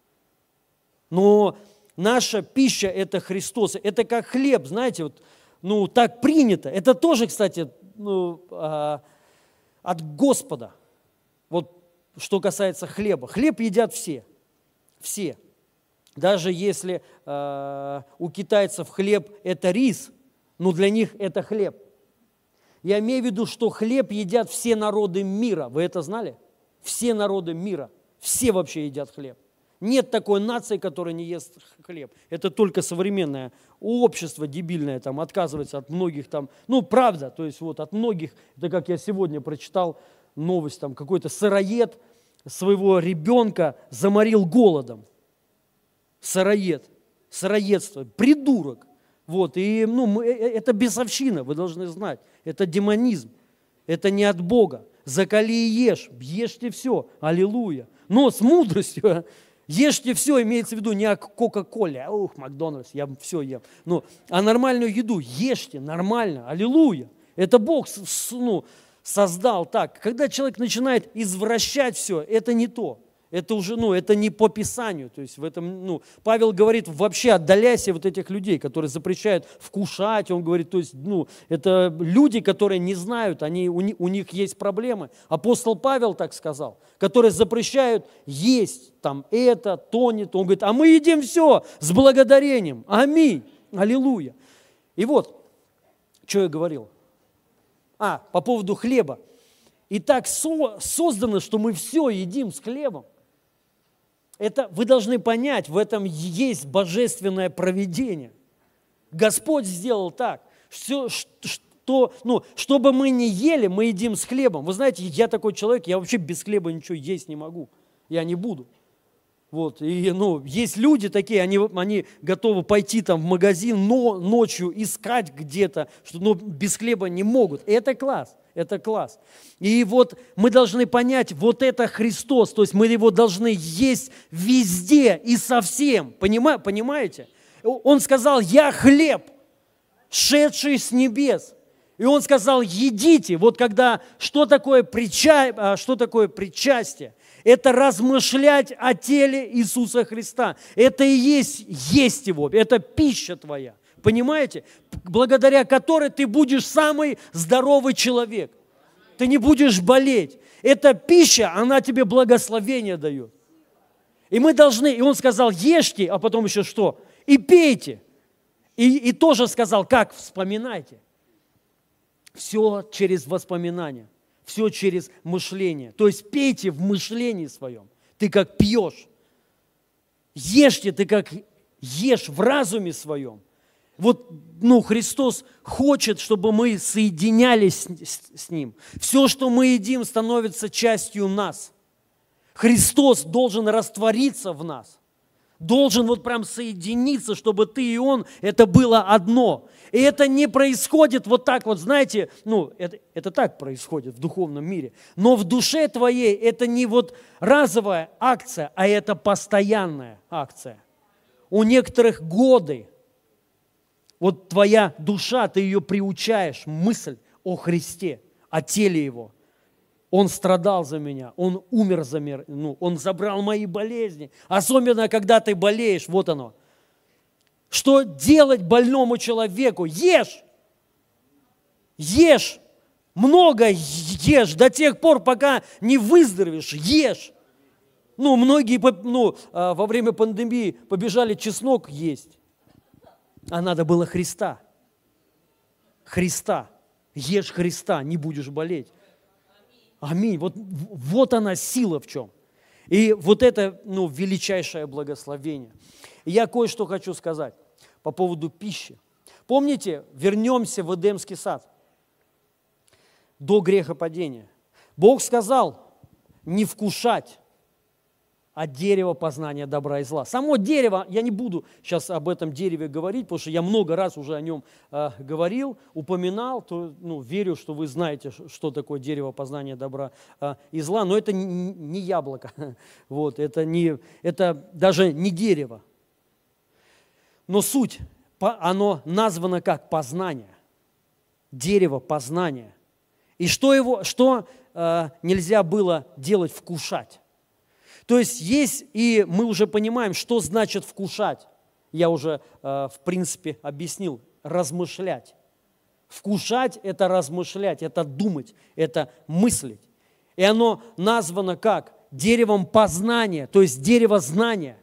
Но наша пища – это Христос. Это как хлеб, знаете, вот, ну, так принято. Это тоже, кстати, ну, а, от Господа. Вот что касается хлеба. Хлеб едят все. Все. Даже если э, у китайцев хлеб – это рис, но для них это хлеб. Я имею в виду, что хлеб едят все народы мира. Вы это знали? Все народы мира. Все вообще едят хлеб. Нет такой нации, которая не ест хлеб. Это только современное общество дебильное там отказывается от многих там, ну правда, то есть вот от многих, это как я сегодня прочитал новость, там какой-то сыроед своего ребенка заморил голодом. Сыроед, сыроедство, придурок. Вот, и ну, мы, это бесовщина, вы должны знать, это демонизм, это не от Бога. Закали и ешь, ешьте все, аллилуйя. Но с мудростью. Ешьте все, имеется в виду не о Кока-Коле, а ух, Макдональдс, я все ем. Ну, а нормальную еду ешьте, нормально, аллилуйя. Это Бог ну, создал так. Когда человек начинает извращать все, это не то. Это уже, ну, это не по Писанию. То есть в этом, ну, Павел говорит, вообще отдаляйся вот этих людей, которые запрещают вкушать. Он говорит, то есть, ну, это люди, которые не знают, они, у, них, у них есть проблемы. Апостол Павел так сказал, которые запрещают есть там это, то, не то. Он говорит, а мы едим все с благодарением. Аминь. Аллилуйя. И вот, что я говорил. А, по поводу хлеба. И так со, создано, что мы все едим с хлебом. Это вы должны понять, в этом есть божественное провидение. Господь сделал так, что, что, ну, чтобы мы не ели, мы едим с хлебом. Вы знаете, я такой человек, я вообще без хлеба ничего есть не могу, я не буду. Вот, и, ну, есть люди такие, они, они готовы пойти там в магазин, но ночью искать где-то, что, но без хлеба не могут. И это класс, это класс. И вот мы должны понять, вот это Христос, то есть мы его должны есть везде и совсем, понима, понимаете? Он сказал, я хлеб, шедший с небес. И он сказал, едите. Вот когда, что такое, прича... что такое причастие? Это размышлять о теле Иисуса Христа. Это и есть есть Его, это пища твоя. Понимаете? Благодаря которой ты будешь самый здоровый человек. Ты не будешь болеть. Эта пища, она тебе благословение дает. И мы должны, и он сказал, ешьте, а потом еще что? И пейте. И, и тоже сказал, как? Вспоминайте. Все через воспоминания. Все через мышление. То есть пейте в мышлении своем. Ты как пьешь. Ешьте, ты как ешь в разуме своем. Вот, ну, Христос хочет, чтобы мы соединялись с, с, с Ним. Все, что мы едим, становится частью нас. Христос должен раствориться в нас. Должен вот прям соединиться, чтобы ты и Он, это было одно. И это не происходит вот так вот, знаете, ну, это, это так происходит в духовном мире. Но в душе твоей это не вот разовая акция, а это постоянная акция. У некоторых годы, вот твоя душа, ты ее приучаешь, мысль о Христе, о теле Его. Он страдал за меня, Он умер за меня, ну, Он забрал мои болезни. Особенно, когда ты болеешь, вот оно. Что делать больному человеку? Ешь! Ешь! Много ешь до тех пор, пока не выздоровеешь. Ешь! Ну, многие ну, во время пандемии побежали чеснок есть. А надо было Христа. Христа. Ешь Христа, не будешь болеть. Аминь. Вот, вот она сила в чем. И вот это ну, величайшее благословение. И я кое-что хочу сказать по поводу пищи. Помните, вернемся в Эдемский сад до грехопадения. Бог сказал не вкушать от дерева познания добра и зла. Само дерево, я не буду сейчас об этом дереве говорить, потому что я много раз уже о нем э, говорил, упоминал, то ну, верю, что вы знаете, что такое дерево познания добра э, и зла, но это не, не яблоко, вот, это, не, это даже не дерево. Но суть, оно названо как познание, дерево познания. И что, его, что э, нельзя было делать, вкушать. То есть есть, и мы уже понимаем, что значит вкушать. Я уже, в принципе, объяснил. Размышлять. Вкушать – это размышлять, это думать, это мыслить. И оно названо как? Деревом познания, то есть дерево знания.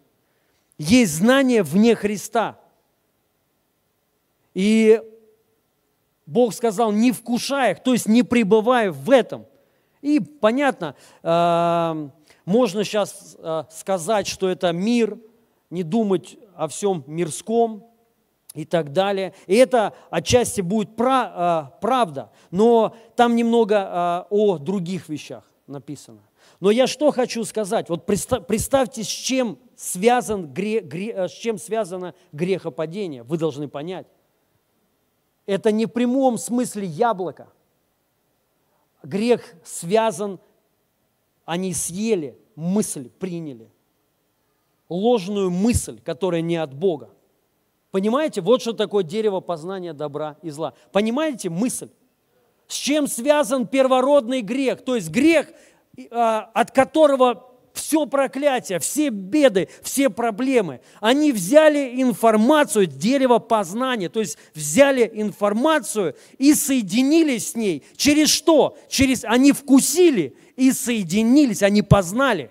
Есть знание вне Христа. И Бог сказал, не вкушай их, то есть не пребывай в этом. И понятно, э, можно сейчас э, сказать, что это мир, не думать о всем мирском и так далее. И это отчасти будет пра, э, правда, но там немного э, о других вещах написано. Но я что хочу сказать, вот представь, представьте, с чем, связан гре, гре, с чем связано грехопадение, вы должны понять. Это не в прямом смысле яблоко. Грех связан, они съели мысль, приняли. Ложную мысль, которая не от Бога. Понимаете, вот что такое дерево познания добра и зла. Понимаете мысль? С чем связан первородный грех? То есть грех, от которого все проклятие, все беды, все проблемы. Они взяли информацию, дерево познания, то есть взяли информацию и соединились с ней. Через что? Через они вкусили и соединились, они познали.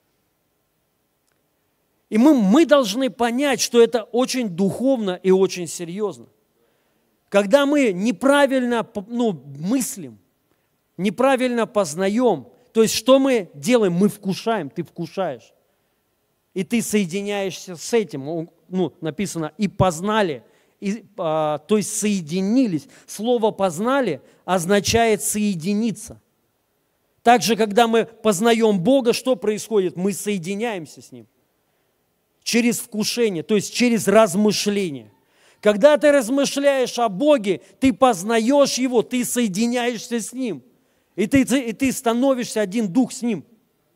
И мы, мы должны понять, что это очень духовно и очень серьезно. Когда мы неправильно ну, мыслим, неправильно познаем, то есть что мы делаем? Мы вкушаем, ты вкушаешь. И ты соединяешься с этим. Ну, написано, и познали, и, а, то есть соединились. Слово «познали» означает соединиться. Также, когда мы познаем Бога, что происходит? Мы соединяемся с Ним. Через вкушение, то есть через размышление. Когда ты размышляешь о Боге, ты познаешь Его, ты соединяешься с Ним. И ты, и ты становишься один дух с Ним.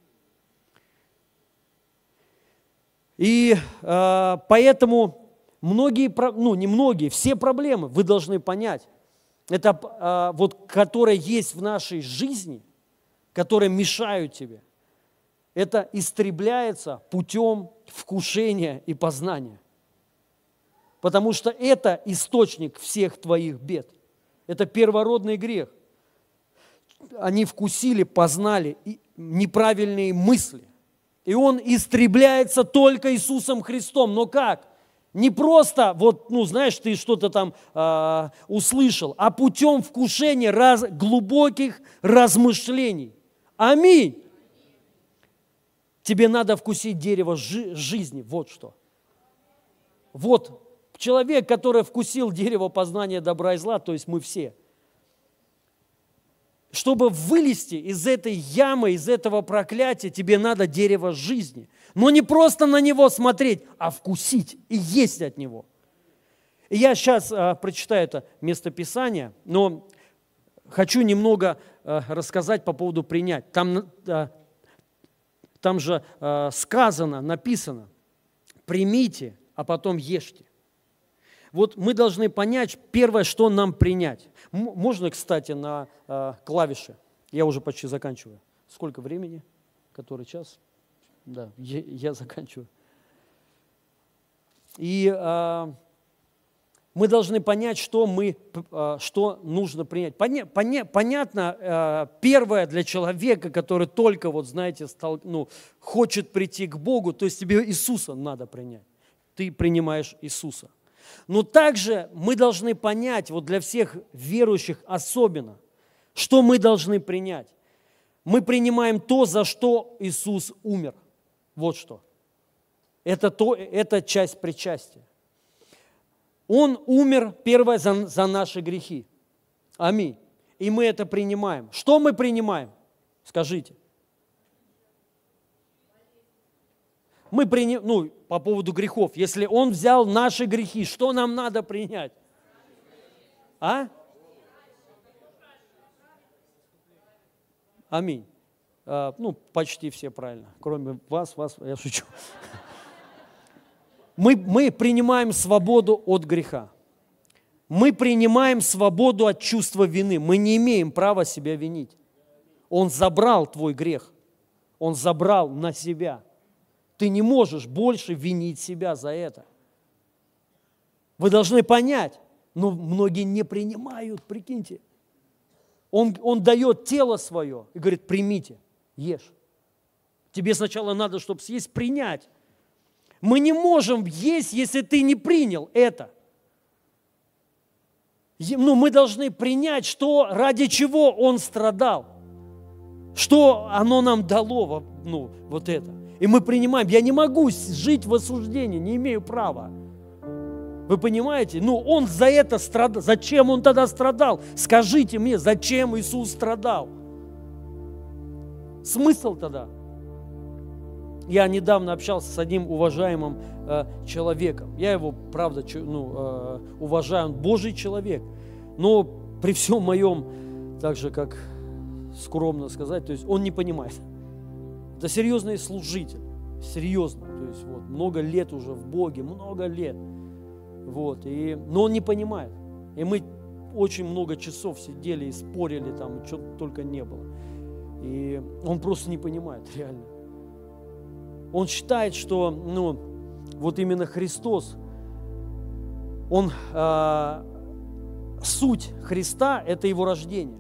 И э, поэтому многие, ну не многие, все проблемы вы должны понять, это э, вот, которые есть в нашей жизни, которые мешают тебе, это истребляется путем вкушения и познания. Потому что это источник всех твоих бед. Это первородный грех. Они вкусили, познали неправильные мысли. И он истребляется только Иисусом Христом. Но как? Не просто, вот, ну, знаешь, ты что-то там э, услышал, а путем вкушения раз, глубоких размышлений. Аминь. Тебе надо вкусить дерево жи- жизни. Вот что. Вот человек, который вкусил дерево познания добра и зла, то есть мы все. Чтобы вылезти из этой ямы, из этого проклятия, тебе надо дерево жизни. Но не просто на него смотреть, а вкусить и есть от него. И я сейчас а, прочитаю это местописание, но хочу немного а, рассказать по поводу принять. Там, а, там же а, сказано, написано, примите, а потом ешьте. Вот мы должны понять, первое, что нам принять. Можно, кстати, на э, клавиши. Я уже почти заканчиваю. Сколько времени? Который час? Да, я, я заканчиваю. И э, мы должны понять, что, мы, э, что нужно принять. Поня, поня, понятно, э, первое для человека, который только, вот знаете, стал, ну, хочет прийти к Богу, то есть тебе Иисуса надо принять. Ты принимаешь Иисуса. Но также мы должны понять, вот для всех верующих особенно, что мы должны принять. Мы принимаем то, за что Иисус умер. Вот что. Это, то, это часть причастия. Он умер, первое, за, за наши грехи. Аминь. И мы это принимаем. Что мы принимаем? Скажите. Мы принимаем, ну, по поводу грехов, если Он взял наши грехи, что нам надо принять? А? Аминь. А, ну, почти все правильно, кроме вас, вас, я шучу. Мы, мы принимаем свободу от греха. Мы принимаем свободу от чувства вины. Мы не имеем права себя винить. Он забрал твой грех. Он забрал на себя. Ты не можешь больше винить себя за это. Вы должны понять, но многие не принимают, прикиньте. Он, он дает тело свое и говорит, примите, ешь. Тебе сначала надо, чтобы съесть, принять. Мы не можем есть, если ты не принял это. Ну, мы должны принять, что, ради чего Он страдал, что оно нам дало, ну, вот это. И мы принимаем. Я не могу жить в осуждении, не имею права. Вы понимаете? Ну, Он за это страдал. Зачем Он тогда страдал? Скажите мне, зачем Иисус страдал? Смысл тогда? Я недавно общался с одним уважаемым э, человеком. Я его, правда, чу, ну, э, уважаю. Он Божий человек. Но при всем моем, так же, как скромно сказать, то есть он не понимает. Это серьезный служитель. Серьезно. То есть вот, много лет уже в Боге, много лет. Вот, и, но он не понимает. И мы очень много часов сидели и спорили, там, что только не было. И он просто не понимает, реально. Он считает, что, ну, вот именно Христос, он, э, суть Христа – это Его рождение.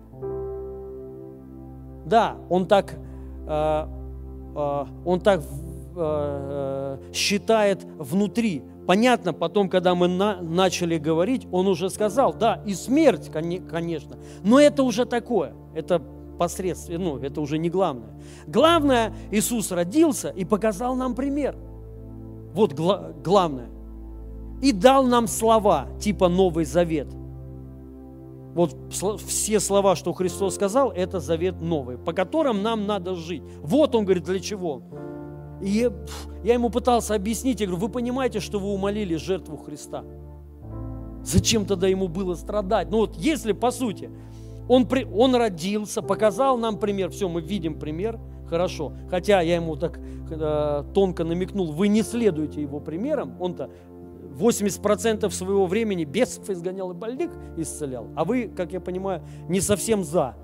Да, он так, э, э, он так э, считает внутри. Понятно, потом, когда мы на, начали говорить, он уже сказал, да, и смерть, конечно, но это уже такое, это посредственно, ну, это уже не главное. Главное, Иисус родился и показал нам пример. Вот гла- главное. И дал нам слова, типа Новый Завет. Вот все слова, что Христос сказал, это завет новый, по которым нам надо жить. Вот он говорит, для чего. И я ему пытался объяснить, я говорю, вы понимаете, что вы умолили жертву Христа? Зачем тогда ему было страдать? Ну вот если, по сути, он, при, он родился, показал нам пример, все, мы видим пример, хорошо. Хотя я ему так э, тонко намекнул, вы не следуете его примерам, он-то восемьдесят процентов своего времени бесов изгонял и больных исцелял, а вы, как я понимаю, не совсем за.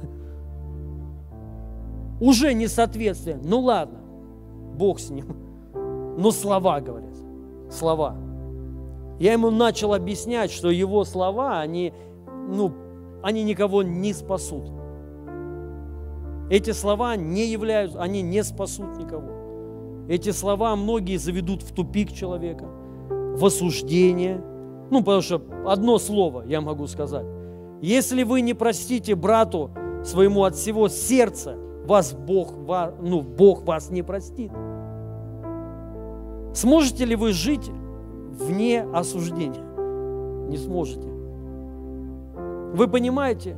Уже несоответствие, ну ладно. Бог с ним. Но слова, говорят, слова. Я ему начал объяснять, что его слова, они, ну, они никого не спасут. Эти слова не являются, они не спасут никого. Эти слова многие заведут в тупик человека, в осуждение. Ну, потому что одно слово я могу сказать. Если вы не простите брату своему от всего сердца, вас Бог, ну, Бог вас не простит. Сможете ли вы жить вне осуждения? Не сможете. Вы понимаете?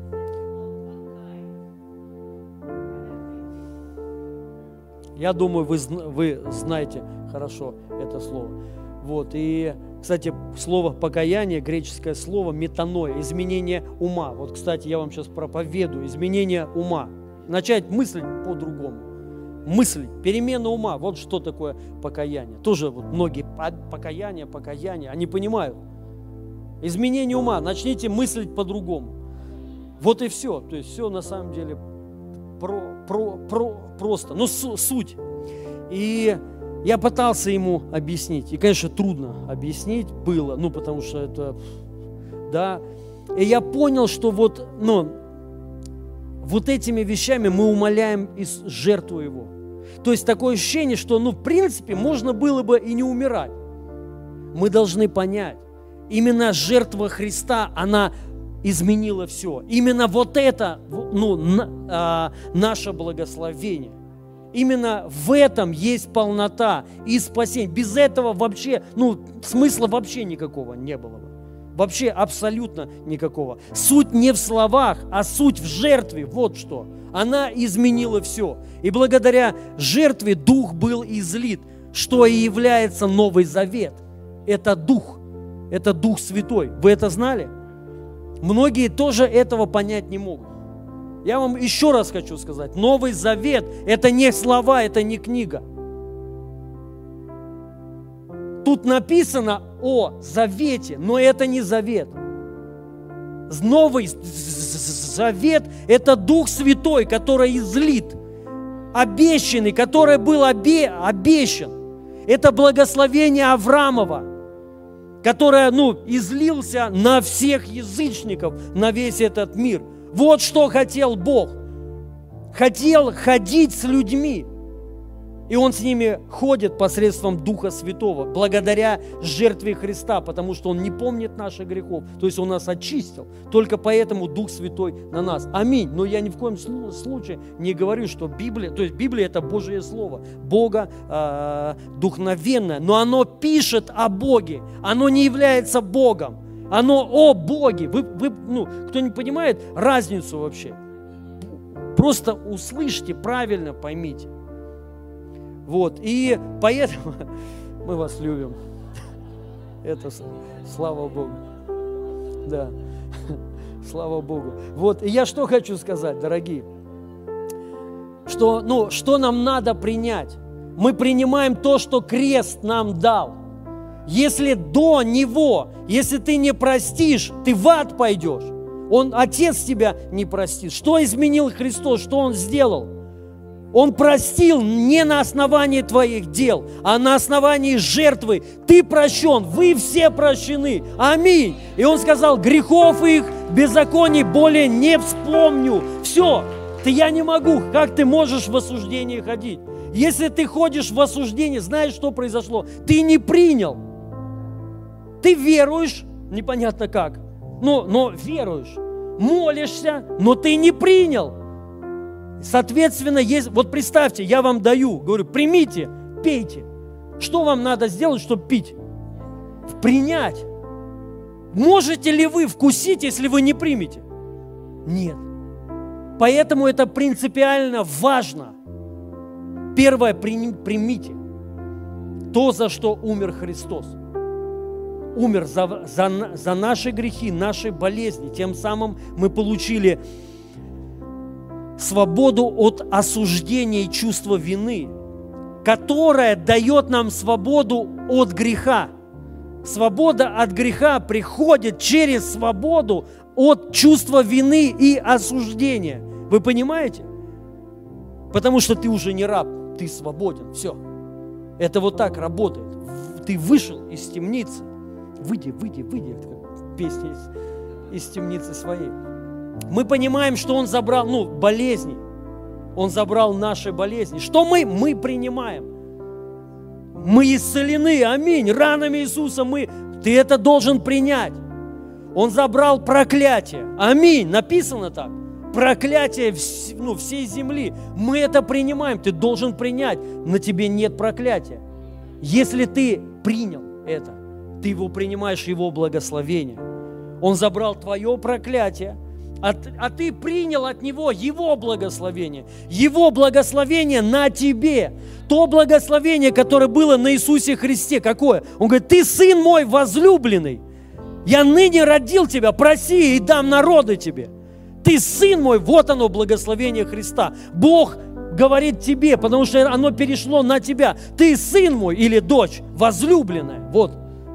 Я думаю, вы, вы знаете хорошо это слово. Вот. И, кстати, слово покаяние, греческое слово метаноя, изменение ума. Вот, кстати, я вам сейчас проповедую изменение ума. Начать мыслить по-другому. Мыслить, перемена ума. Вот что такое покаяние. Тоже вот многие покаяние, покаяние, они понимают. Изменение ума. Начните мыслить по-другому. Вот и все. То есть все на самом деле про, про, про, просто. Ну, су, суть. И я пытался ему объяснить. И, конечно, трудно объяснить было. Ну, потому что это... Да. И я понял, что вот... Ну, вот этими вещами мы умаляем жертву Его. То есть такое ощущение, что, ну, в принципе, можно было бы и не умирать. Мы должны понять, именно жертва Христа, она изменила все. Именно вот это, ну, на, а, наше благословение. Именно в этом есть полнота и спасение. Без этого вообще, ну, смысла вообще никакого не было бы. Вообще абсолютно никакого. Суть не в словах, а суть в жертве. Вот что. Она изменила все. И благодаря жертве Дух был излит, что и является Новый Завет. Это Дух. Это Дух Святой. Вы это знали? Многие тоже этого понять не могут. Я вам еще раз хочу сказать. Новый Завет – это не слова, это не книга. Тут написано о завете, но это не завет. Новый завет – это Дух Святой, который излит, обещанный, который был обе- обещан. Это благословение Авраамова, которое, ну, излился на всех язычников, на весь этот мир. Вот что хотел Бог. Хотел ходить с людьми. И Он с ними ходит посредством Духа Святого, благодаря жертве Христа, потому что Он не помнит наших грехов, то есть Он нас очистил. Только поэтому Дух Святой на нас. Аминь. Но я ни в коем случае не говорю, что Библия, то есть Библия – это Божье Слово, Бога э, духновенное, но оно пишет о Боге, оно не является Богом, оно о Боге. Вы, вы, ну, кто не понимает разницу вообще, просто услышьте, правильно поймите. Вот, и поэтому мы вас любим. Это слава Богу. Да, слава Богу. Вот, и я что хочу сказать, дорогие, что, ну, что нам надо принять? Мы принимаем то, что крест нам дал. Если до Него, если ты не простишь, ты в ад пойдешь. Он, Отец тебя не простит. Что изменил Христос? Что Он сделал? Он простил не на основании твоих дел, а на основании жертвы. Ты прощен, вы все прощены. Аминь. И Он сказал, грехов их, беззаконий более не вспомню. Все, ты, я не могу. Как ты можешь в осуждении ходить? Если ты ходишь в осуждении, знаешь, что произошло? Ты не принял. Ты веруешь, непонятно как, но, но веруешь. Молишься, но ты не принял. Соответственно, есть, вот представьте, я вам даю, говорю, примите, пейте. Что вам надо сделать, чтобы пить? Принять. Можете ли вы вкусить, если вы не примете? Нет. Поэтому это принципиально важно. Первое, примите то, за что умер Христос. Умер за, за, за наши грехи, наши болезни. Тем самым мы получили свободу от осуждения и чувства вины, которая дает нам свободу от греха. Свобода от греха приходит через свободу от чувства вины и осуждения. Вы понимаете? Потому что ты уже не раб, ты свободен. Все. Это вот так работает. Ты вышел из темницы. Выйди, выйди, выйди. Как песня из, из темницы своей. Мы понимаем, что Он забрал, ну, болезни. Он забрал наши болезни. Что мы? Мы принимаем. Мы исцелены, аминь. Ранами Иисуса мы... Ты это должен принять. Он забрал проклятие. Аминь. Написано так. Проклятие ну, всей земли. Мы это принимаем. Ты должен принять. На тебе нет проклятия. Если ты принял это, ты его принимаешь, его благословение. Он забрал твое проклятие. А, а ты принял от Него Его благословение. Его благословение на тебе. То благословение, которое было на Иисусе Христе. Какое? Он говорит, ты Сын мой возлюбленный. Я ныне родил тебя, проси и дам народы тебе. Ты Сын мой, вот оно благословение Христа. Бог говорит тебе, потому что оно перешло на тебя. Ты Сын мой или дочь возлюбленная. Вот.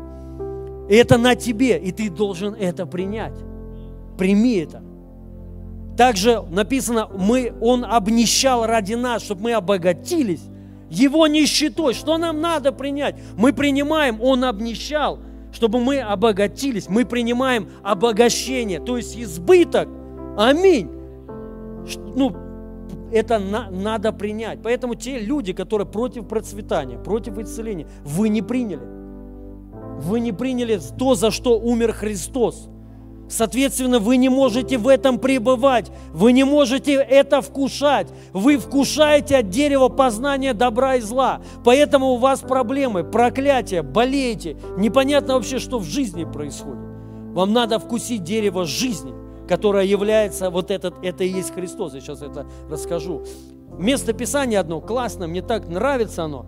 И это на тебе, и ты должен это принять. Прими это. Также написано, мы, Он обнищал ради нас, чтобы мы обогатились Его нищетой. Что нам надо принять? Мы принимаем, Он обнищал, чтобы мы обогатились. Мы принимаем обогащение, то есть избыток. Аминь. Ну, это на, надо принять. Поэтому те люди, которые против процветания, против исцеления, вы не приняли. Вы не приняли то, за что умер Христос. Соответственно, вы не можете в этом пребывать, вы не можете это вкушать. Вы вкушаете от дерева познания добра и зла. Поэтому у вас проблемы, проклятия, болеете. Непонятно вообще, что в жизни происходит. Вам надо вкусить дерево жизни, которое является, вот этот, это и есть Христос. Я сейчас это расскажу. Место Писания одно, классно, мне так нравится оно.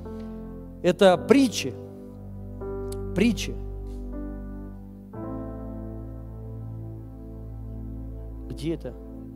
Это притчи. Притчи. Где это?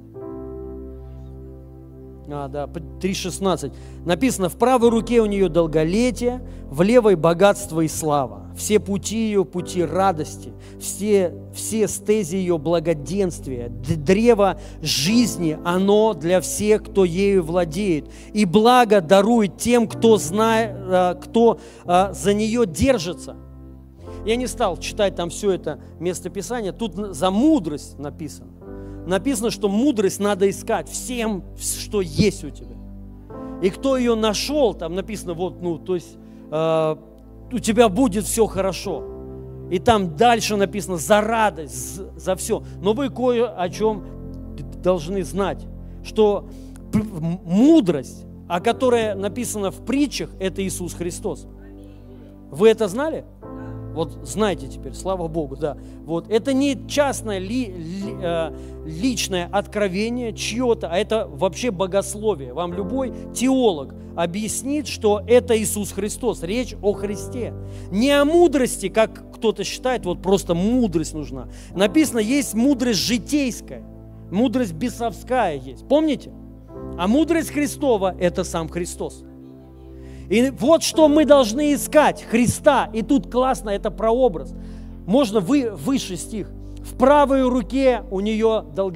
А, да, три шестнадцать. Написано, в правой руке у нее долголетие, в левой богатство и слава. Все пути ее, пути радости, все, все стези ее благоденствия. Древо жизни, оно для всех, кто ею владеет. И благо дарует тем, кто, знает, кто за нее держится. Я не стал читать там все это местописание. Тут за мудрость написано. Написано, что мудрость надо искать всем, что есть у тебя. И кто ее нашел, там написано, вот, ну, то есть э, у тебя будет все хорошо. И там дальше написано за радость, за все. Но вы кое о чем должны знать, что мудрость, о которой написано в притчах, это Иисус Христос. Вы это знали? Вот знаете теперь, слава Богу, да. Вот это не частное ли, ли, э, личное откровение чье-то, а это вообще богословие. Вам любой теолог объяснит, что это Иисус Христос. Речь о Христе. Не о мудрости, как кто-то считает, вот просто мудрость нужна. Написано, есть мудрость житейская, мудрость бесовская есть. Помните? А мудрость Христова – это сам Христос. И вот что мы должны искать, Христа. И тут классно, это прообраз. Можно вы, выше стих. В правой руке у нее долго,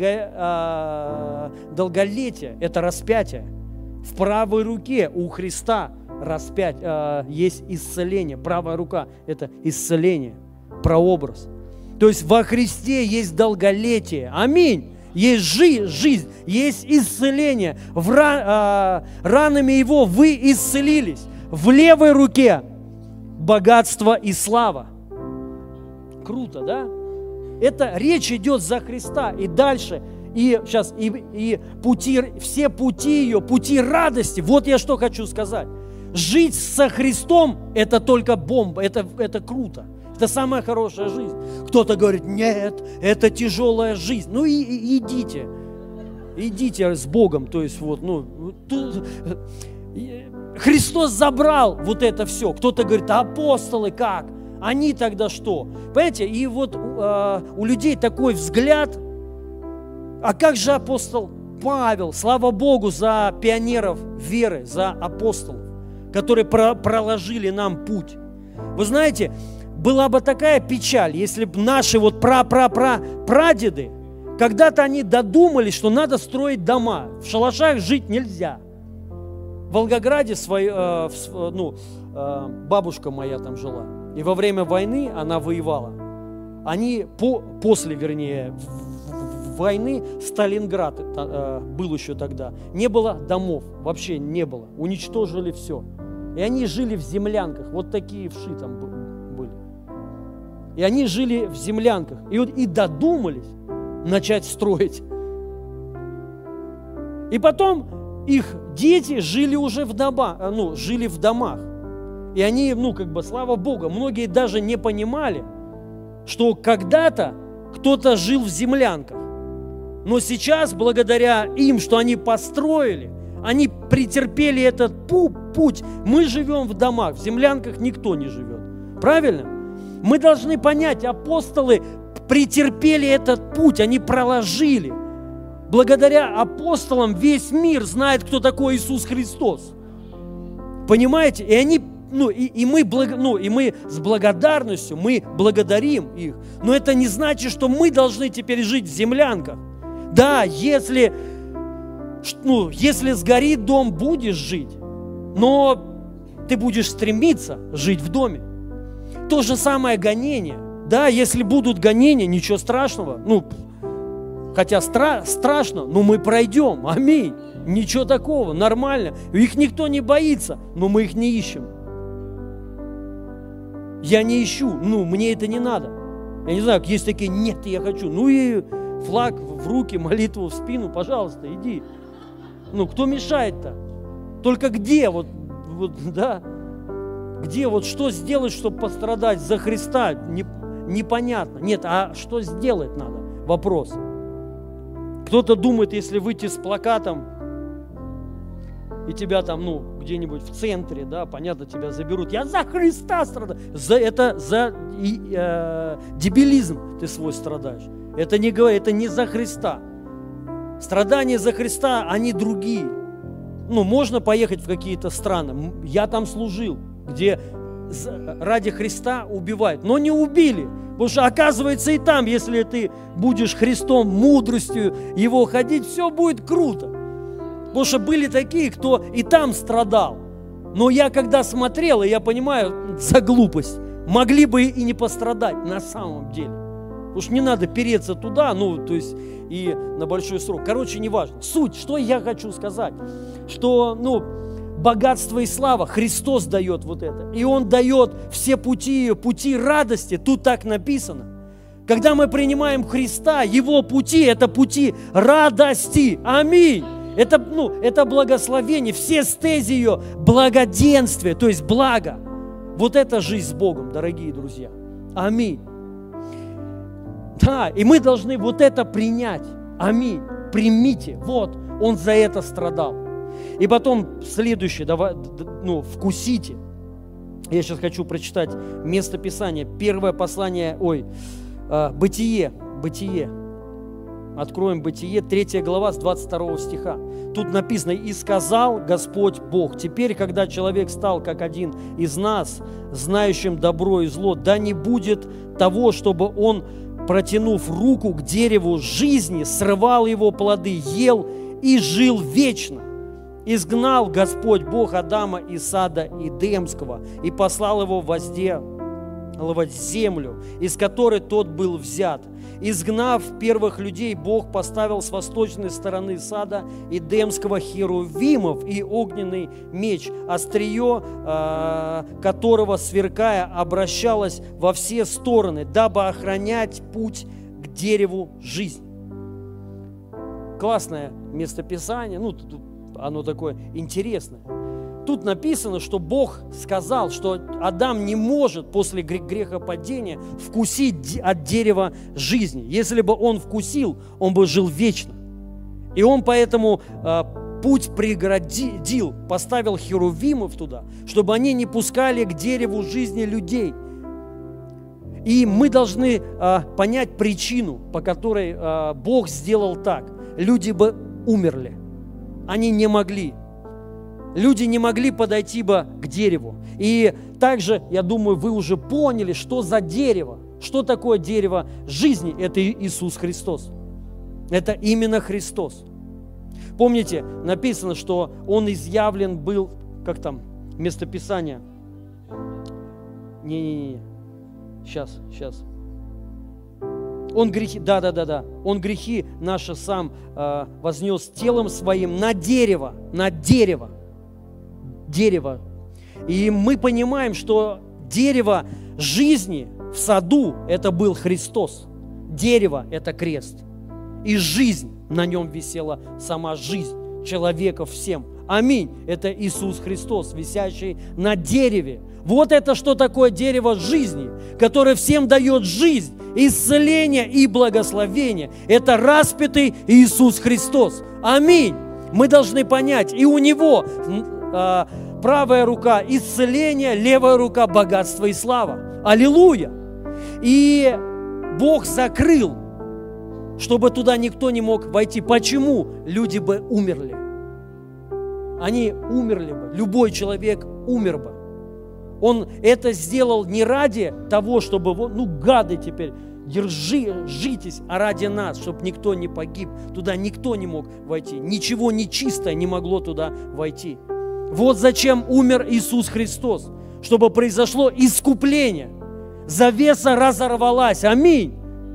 э, долголетие, это распятие. В правой руке у Христа распять, э, есть исцеление. Правая рука – это исцеление, прообраз. То есть во Христе есть долголетие. Аминь. Есть жи- жизнь, есть исцеление. В ра- э, ранами Его вы исцелились. В левой руке богатство и слава. Круто, да? Это речь идет за Христа. И дальше, и сейчас, и, и пути, все пути ее, пути радости. Вот я что хочу сказать. Жить со Христом – это только бомба, это, это круто. Это самая хорошая жизнь. Кто-то говорит, нет, это тяжелая жизнь. Ну и, и идите, идите с Богом. То есть вот, ну, тут, Христос забрал вот это все. Кто-то говорит, а апостолы как? Они тогда что? Понимаете, и вот э, у людей такой взгляд, а как же апостол Павел? Слава Богу за пионеров веры, за апостолов, которые про- проложили нам путь. Вы знаете, была бы такая печаль, если бы наши вот пра-пра-пра-прадеды, когда-то они додумались, что надо строить дома. В шалашах жить нельзя. В Волгограде свой, э, ну, э, бабушка моя там жила. И во время войны она воевала. Они по, после, вернее, войны, Сталинград э, был еще тогда. Не было домов, вообще не было. Уничтожили все. И они жили в землянках. Вот такие вши там были. И они жили в землянках. И, вот, и додумались начать строить. И потом их дети жили уже в домах, ну, жили в домах. И они, ну, как бы, слава Богу, многие даже не понимали, что когда-то кто-то жил в землянках. Но сейчас, благодаря им, что они построили, они претерпели этот путь. Мы живем в домах, в землянках никто не живет. Правильно? Мы должны понять, апостолы претерпели этот путь, они проложили. Благодаря апостолам весь мир знает, кто такой Иисус Христос. Понимаете? И они, ну, и, и, мы, благо, ну, и мы с благодарностью, мы благодарим их. Но это не значит, что мы должны теперь жить в землянках. Да, если, ну, если сгорит дом, будешь жить, но ты будешь стремиться жить в доме. То же самое гонение. Да, если будут гонения, ничего страшного. Ну, хотя стра- страшно, но мы пройдем. Аминь. Ничего такого, нормально. Их никто не боится, но мы их не ищем. Я не ищу, ну, мне это не надо. Я не знаю, есть такие, нет, я хочу. Ну и флаг в руки, молитву в спину, пожалуйста, иди. Ну, кто мешает-то? Только где, вот, вот, да? Где, вот что сделать, чтобы пострадать за Христа, не, непонятно. Нет, а что сделать надо? Вопрос. Кто-то думает, если выйти с плакатом, и тебя там, ну, где-нибудь в центре, да, понятно, тебя заберут. Я за Христа страдаю. За, это за и, э, дебилизм ты свой страдаешь. Это не, это не за Христа. Страдания за Христа, они другие. Ну, можно поехать в какие-то страны. Я там служил, где ради Христа убивают, но не убили. Потому что, оказывается, и там, если ты будешь Христом, мудростью Его ходить, все будет круто. Потому что были такие, кто и там страдал. Но я когда смотрел, и я понимаю, за глупость, могли бы и не пострадать на самом деле. Потому что не надо переться туда, ну, то есть, и на большой срок. Короче, неважно. Суть, что я хочу сказать, что, ну, богатство и слава. Христос дает вот это. И Он дает все пути, пути радости. Тут так написано. Когда мы принимаем Христа, Его пути – это пути радости. Аминь. Это, ну, это благословение. Все стези ее – благоденствие, то есть благо. Вот это жизнь с Богом, дорогие друзья. Аминь. Да, и мы должны вот это принять. Аминь. Примите. Вот, Он за это страдал. И потом следующее, давай, ну, вкусите. Я сейчас хочу прочитать местописание. Первое послание, ой, Бытие, Бытие. Откроем Бытие, третья глава с двадцать второго стиха. Тут написано: «И сказал Господь Бог: теперь, когда человек стал как один из нас, знающим добро и зло, да не будет того, чтобы он, протянув руку к дереву жизни, срывал его плоды, ел и жил вечно. Изгнал Господь Бог Адама из сада Эдемского и послал его возделывать землю, из которой тот был взят. Изгнав первых людей, Бог поставил с восточной стороны сада Эдемского херувимов и огненный меч, острие э, которого, сверкая, обращалось во все стороны, дабы охранять путь к дереву жизни». Классное местописание, ну, оно такое интересное. Тут написано, что Бог сказал, что Адам не может после грехопадения вкусить от дерева жизни. Если бы он вкусил, он бы жил вечно. И он поэтому э, путь преградил, поставил херувимов туда, чтобы они не пускали к дереву жизни людей. И мы должны э, понять причину, по которой э, Бог сделал так. Люди бы умерли. Они не могли. Люди не могли подойти бы к дереву. И также, я думаю, вы уже поняли, что за дерево. Что такое дерево жизни? Это Иисус Христос. Это именно Христос. Помните, написано, что Он изъявлен был, как там, местописание. Не-не-не, сейчас, сейчас. Он грехи, да-да-да-да, Он грехи наши сам э, вознес телом своим на дерево, на дерево. Дерево. И мы понимаем, что дерево жизни в саду – это был Христос. Дерево – это крест. И жизнь, на нем висела сама жизнь человека всем. Аминь. Это Иисус Христос, висящий на дереве. Вот это что такое дерево жизни, которое всем дает жизнь, исцеление и благословение. Это распятый Иисус Христос. Аминь. Мы должны понять, и у Него а, правая рука исцеление, левая рука богатство и слава. Аллилуйя. И Бог закрыл, чтобы туда никто не мог войти. Почему? Люди бы умерли. Они умерли бы. Любой человек умер бы. Он это сделал не ради того, чтобы, ну, гады теперь, держи, житесь, а ради нас, чтобы никто не погиб. Туда никто не мог войти. Ничего нечистое не могло туда войти. Вот зачем умер Иисус Христос. Чтобы произошло искупление. Завеса разорвалась. Аминь.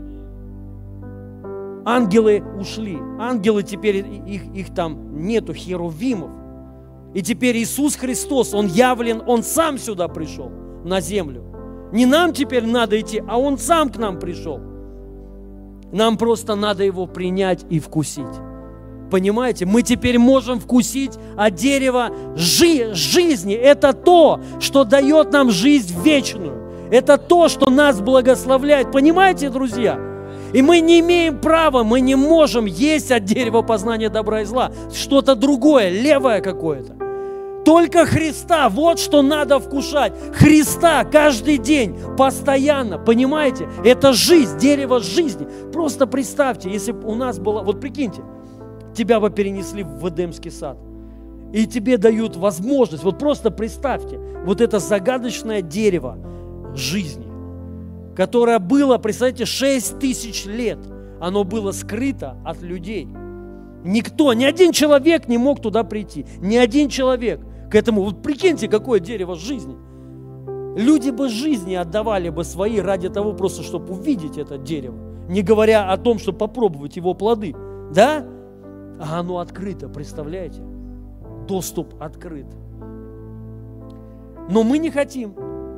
Ангелы ушли. Ангелы теперь, их, их там нету, херувимов. И теперь Иисус Христос, Он явлен, Он сам сюда пришел, на землю. Не нам теперь надо идти, а Он сам к нам пришел. Нам просто надо Его принять и вкусить. Понимаете? Мы теперь можем вкусить от дерева жи- жизни. Это то, что дает нам жизнь вечную. Это то, что нас благословляет. Понимаете, друзья? И мы не имеем права, мы не можем есть от дерева познания добра и зла. Что-то другое, левое какое-то. Только Христа, вот что надо вкушать. Христа каждый день, постоянно, понимаете? Это жизнь, дерево жизни. Просто представьте, если бы у нас было, вот прикиньте, тебя бы перенесли в Эдемский сад. И тебе дают возможность, вот просто представьте, вот это загадочное дерево жизни, которое было, представьте, шесть тысяч лет. Оно было скрыто от людей. Никто, ни один человек не мог туда прийти. Ни один человек к этому. Вот прикиньте, какое дерево жизни. Люди бы жизни отдавали бы свои ради того, просто чтобы увидеть это дерево. Не говоря о том, чтобы попробовать его плоды. Да? А оно открыто, представляете? Доступ открыт. Но мы не хотим.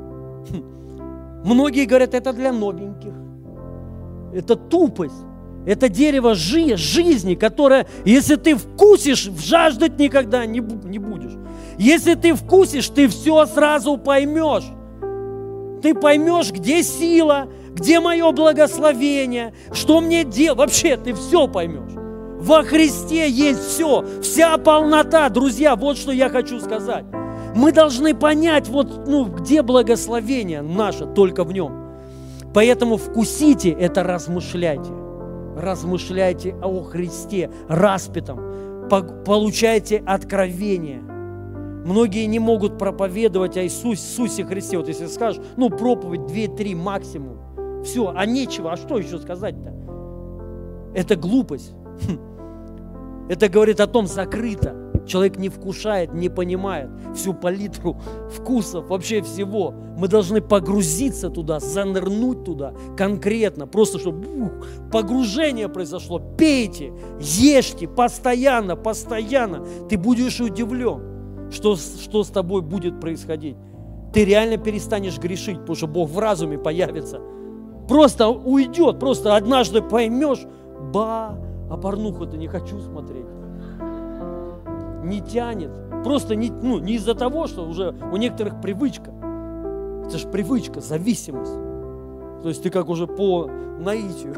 Многие говорят, это для новеньких. Это тупость. Это дерево жи- жизни, которое, если ты вкусишь, жаждать никогда не, не будешь. Если ты вкусишь, ты все сразу поймешь. Ты поймешь, где сила, где мое благословение, что мне делать. Вообще, ты все поймешь. Во Христе есть все, вся полнота. Друзья, вот что я хочу сказать. Мы должны понять, вот, ну, где благословение наше, только в Нем. Поэтому вкусите это, размышляйте. Размышляйте о Христе распятом. Получайте откровение. Многие не могут проповедовать о Иисусе, Иисусе Христе. Вот если скажешь, ну, проповедь две-три максимум. Все, а нечего, а что еще сказать-то? Это глупость. Это говорит о том, закрыто. Человек не вкушает, не понимает всю палитру вкусов, вообще всего. Мы должны погрузиться туда, занырнуть туда конкретно, просто чтобы ух, погружение произошло. Пейте, ешьте постоянно, постоянно. Ты будешь удивлен, что, что с тобой будет происходить. Ты реально перестанешь грешить, потому что Бог в разуме появится. Просто уйдет, просто однажды поймешь, ба, а порнуху-то не хочу смотреть. Не тянет. Просто не, ну, не из-за того, что уже у некоторых привычка. Это же привычка, зависимость. То есть ты как уже по наитию.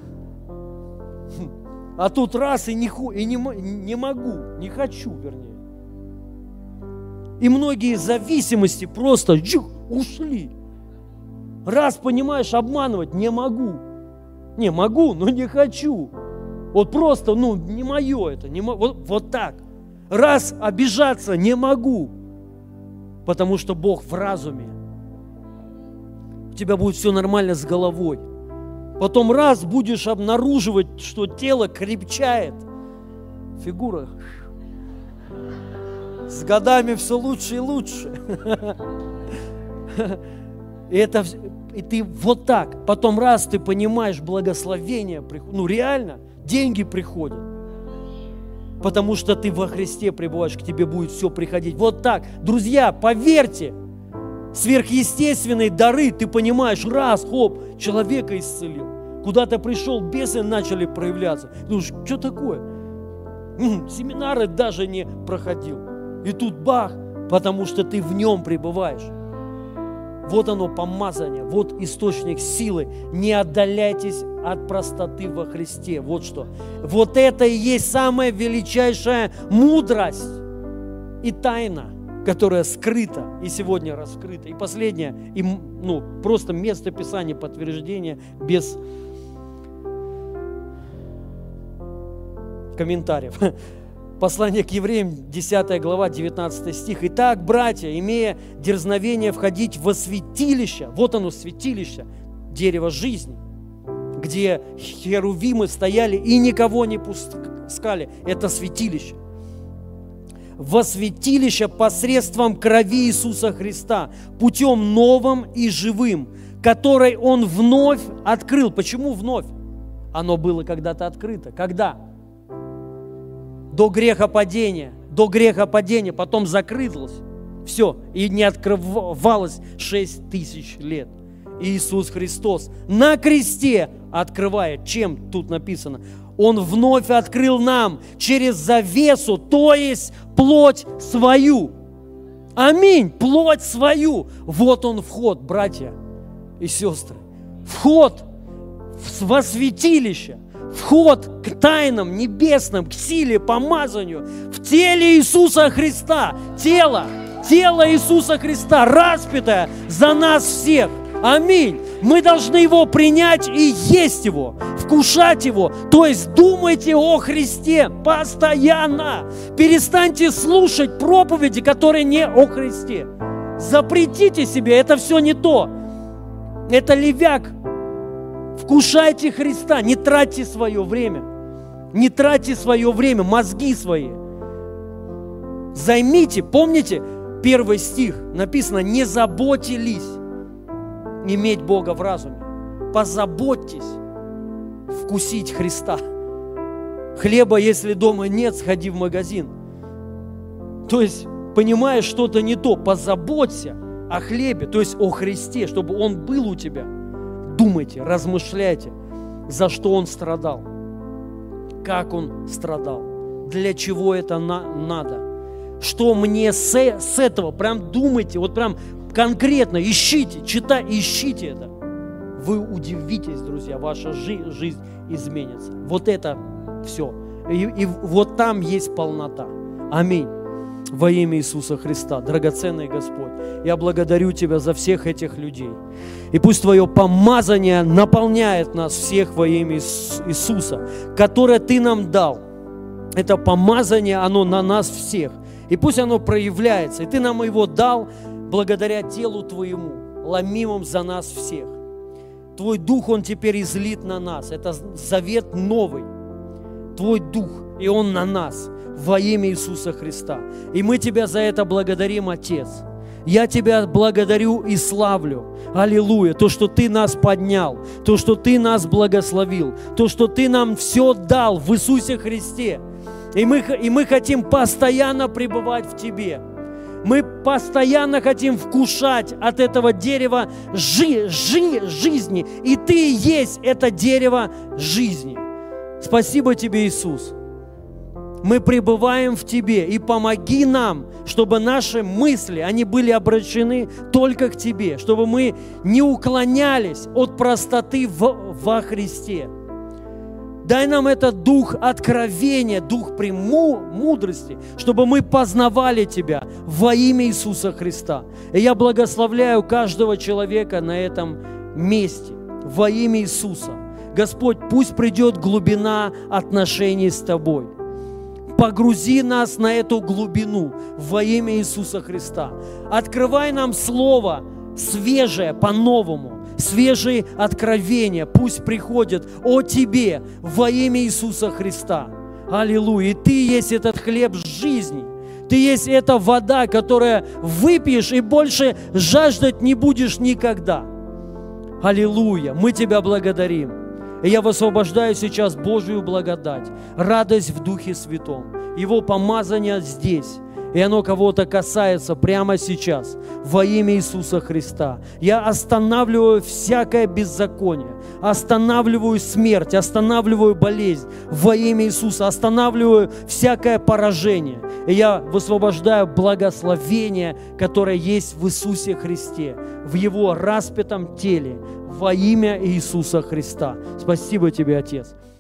А тут раз и не, и не, не могу, не хочу, вернее. И многие зависимости просто джух, ушли. Раз, понимаешь, обманывать не могу. Не, могу, но не хочу. Вот просто, ну, не мое это. Не, вот, вот так. Раз обижаться не могу, потому что Бог в разуме. У тебя будет все нормально с головой. Потом раз будешь обнаруживать, что тело крепчает. Фигура с годами все лучше и лучше. И, это, и ты вот так. Потом раз ты понимаешь, благословение, ну реально, деньги приходят. Потому что ты во Христе пребываешь, к тебе будет все приходить. Вот так. Друзья, поверьте, сверхъестественные дары, ты понимаешь, раз, хоп, человека исцелил. Куда-то пришел, бесы начали проявляться. Думаешь, что такое? М-м, семинары даже не проходил. И тут бах, потому что ты в нем пребываешь. Вот оно помазание, вот источник силы. Не отдаляйтесь от простоты во Христе. Вот что. Вот это и есть самая величайшая мудрость и тайна, которая скрыта и сегодня раскрыта. И последнее, и, ну, просто место Писания подтверждения без комментариев. Послание к евреям, десятая глава, девятнадцатый стих. «Итак, братья, имея дерзновение входить во святилище», вот оно, святилище, дерево жизни, где херувимы стояли и никого не пускали, это святилище. «Во святилище посредством крови Иисуса Христа, путем новым и живым, который Он вновь открыл». Почему вновь? Оно было когда-то открыто. Когда? До грехопадения, до грехопадения, потом закрылось, все, и не открывалось шесть тысяч лет. Иисус Христос на кресте открывает, чем тут написано? Он вновь открыл нам через завесу, то есть плоть свою. Аминь, плоть свою. Вот он вход, братья и сестры. Вход во святилище. Вход к тайнам небесным, к силе, помазанию в теле Иисуса Христа. Тело, тело Иисуса Христа, распятое за нас всех. Аминь. Мы должны Его принять и есть Его, вкушать Его. То есть думайте о Христе постоянно. Перестаньте слушать проповеди, которые не о Христе. Запретите себе, это все не то. Это левяк. Вкушайте Христа, не тратьте свое время, не тратьте свое время, мозги свои. Займите, помните, первый стих написано, не заботились иметь Бога в разуме. Позаботьтесь вкусить Христа. Хлеба, если дома нет, сходи в магазин. То есть понимаешь что-то не то, позаботься о хлебе, то есть о Христе, чтобы Он был у тебя. Думайте, размышляйте, за что Он страдал, как Он страдал, для чего это на- надо, что мне с, с этого, прям думайте, вот прям конкретно ищите, читайте, ищите это. Вы удивитесь, друзья, ваша жи- жизнь изменится. Вот это все. И, и вот там есть полнота. Аминь. Во имя Иисуса Христа, драгоценный Господь, я благодарю Тебя за всех этих людей. И пусть Твое помазание наполняет нас всех во имя Иисуса, которое Ты нам дал. Это помазание, оно на нас всех. И пусть оно проявляется. И Ты нам его дал благодаря телу Твоему, ломимым за нас всех. Твой Дух, Он теперь излит на нас. Это завет новый. Твой Дух, и Он на нас. Во имя Иисуса Христа. И мы Тебя за это благодарим, Отец. Я Тебя благодарю и славлю. Аллилуйя. То, что Ты нас поднял, то, что Ты нас благословил, то, что Ты нам все дал в Иисусе Христе. И мы, и мы хотим постоянно пребывать в Тебе. Мы постоянно хотим вкушать от этого дерева жи, жи, жизни. И Ты есть это дерево жизни. Спасибо Тебе, Иисус. Мы пребываем в Тебе, и помоги нам, чтобы наши мысли, они были обращены только к Тебе, чтобы мы не уклонялись от простоты в, во Христе. Дай нам этот дух откровения, дух премудрости, чтобы мы познавали Тебя во имя Иисуса Христа. И я благословляю каждого человека на этом месте во имя Иисуса. Господь, пусть придет глубина отношений с Тобой. Погрузи нас на эту глубину во имя Иисуса Христа. Открывай нам Слово свежее по-новому, свежие откровения. Пусть приходят о Тебе во имя Иисуса Христа. Аллилуйя. И Ты есть этот хлеб жизни. Ты есть эта вода, которая выпьешь и больше жаждать не будешь никогда. Аллилуйя. Мы Тебя благодарим. И я высвобождаю сейчас Божию благодать, радость в Духе Святом, Его помазание здесь. И оно кого-то касается прямо сейчас во имя Иисуса Христа. Я останавливаю всякое беззаконие, останавливаю смерть, останавливаю болезнь во имя Иисуса, останавливаю всякое поражение. И я высвобождаю благословение, которое есть в Иисусе Христе, в Его распятом теле во имя Иисуса Христа. Спасибо Тебе, Отец.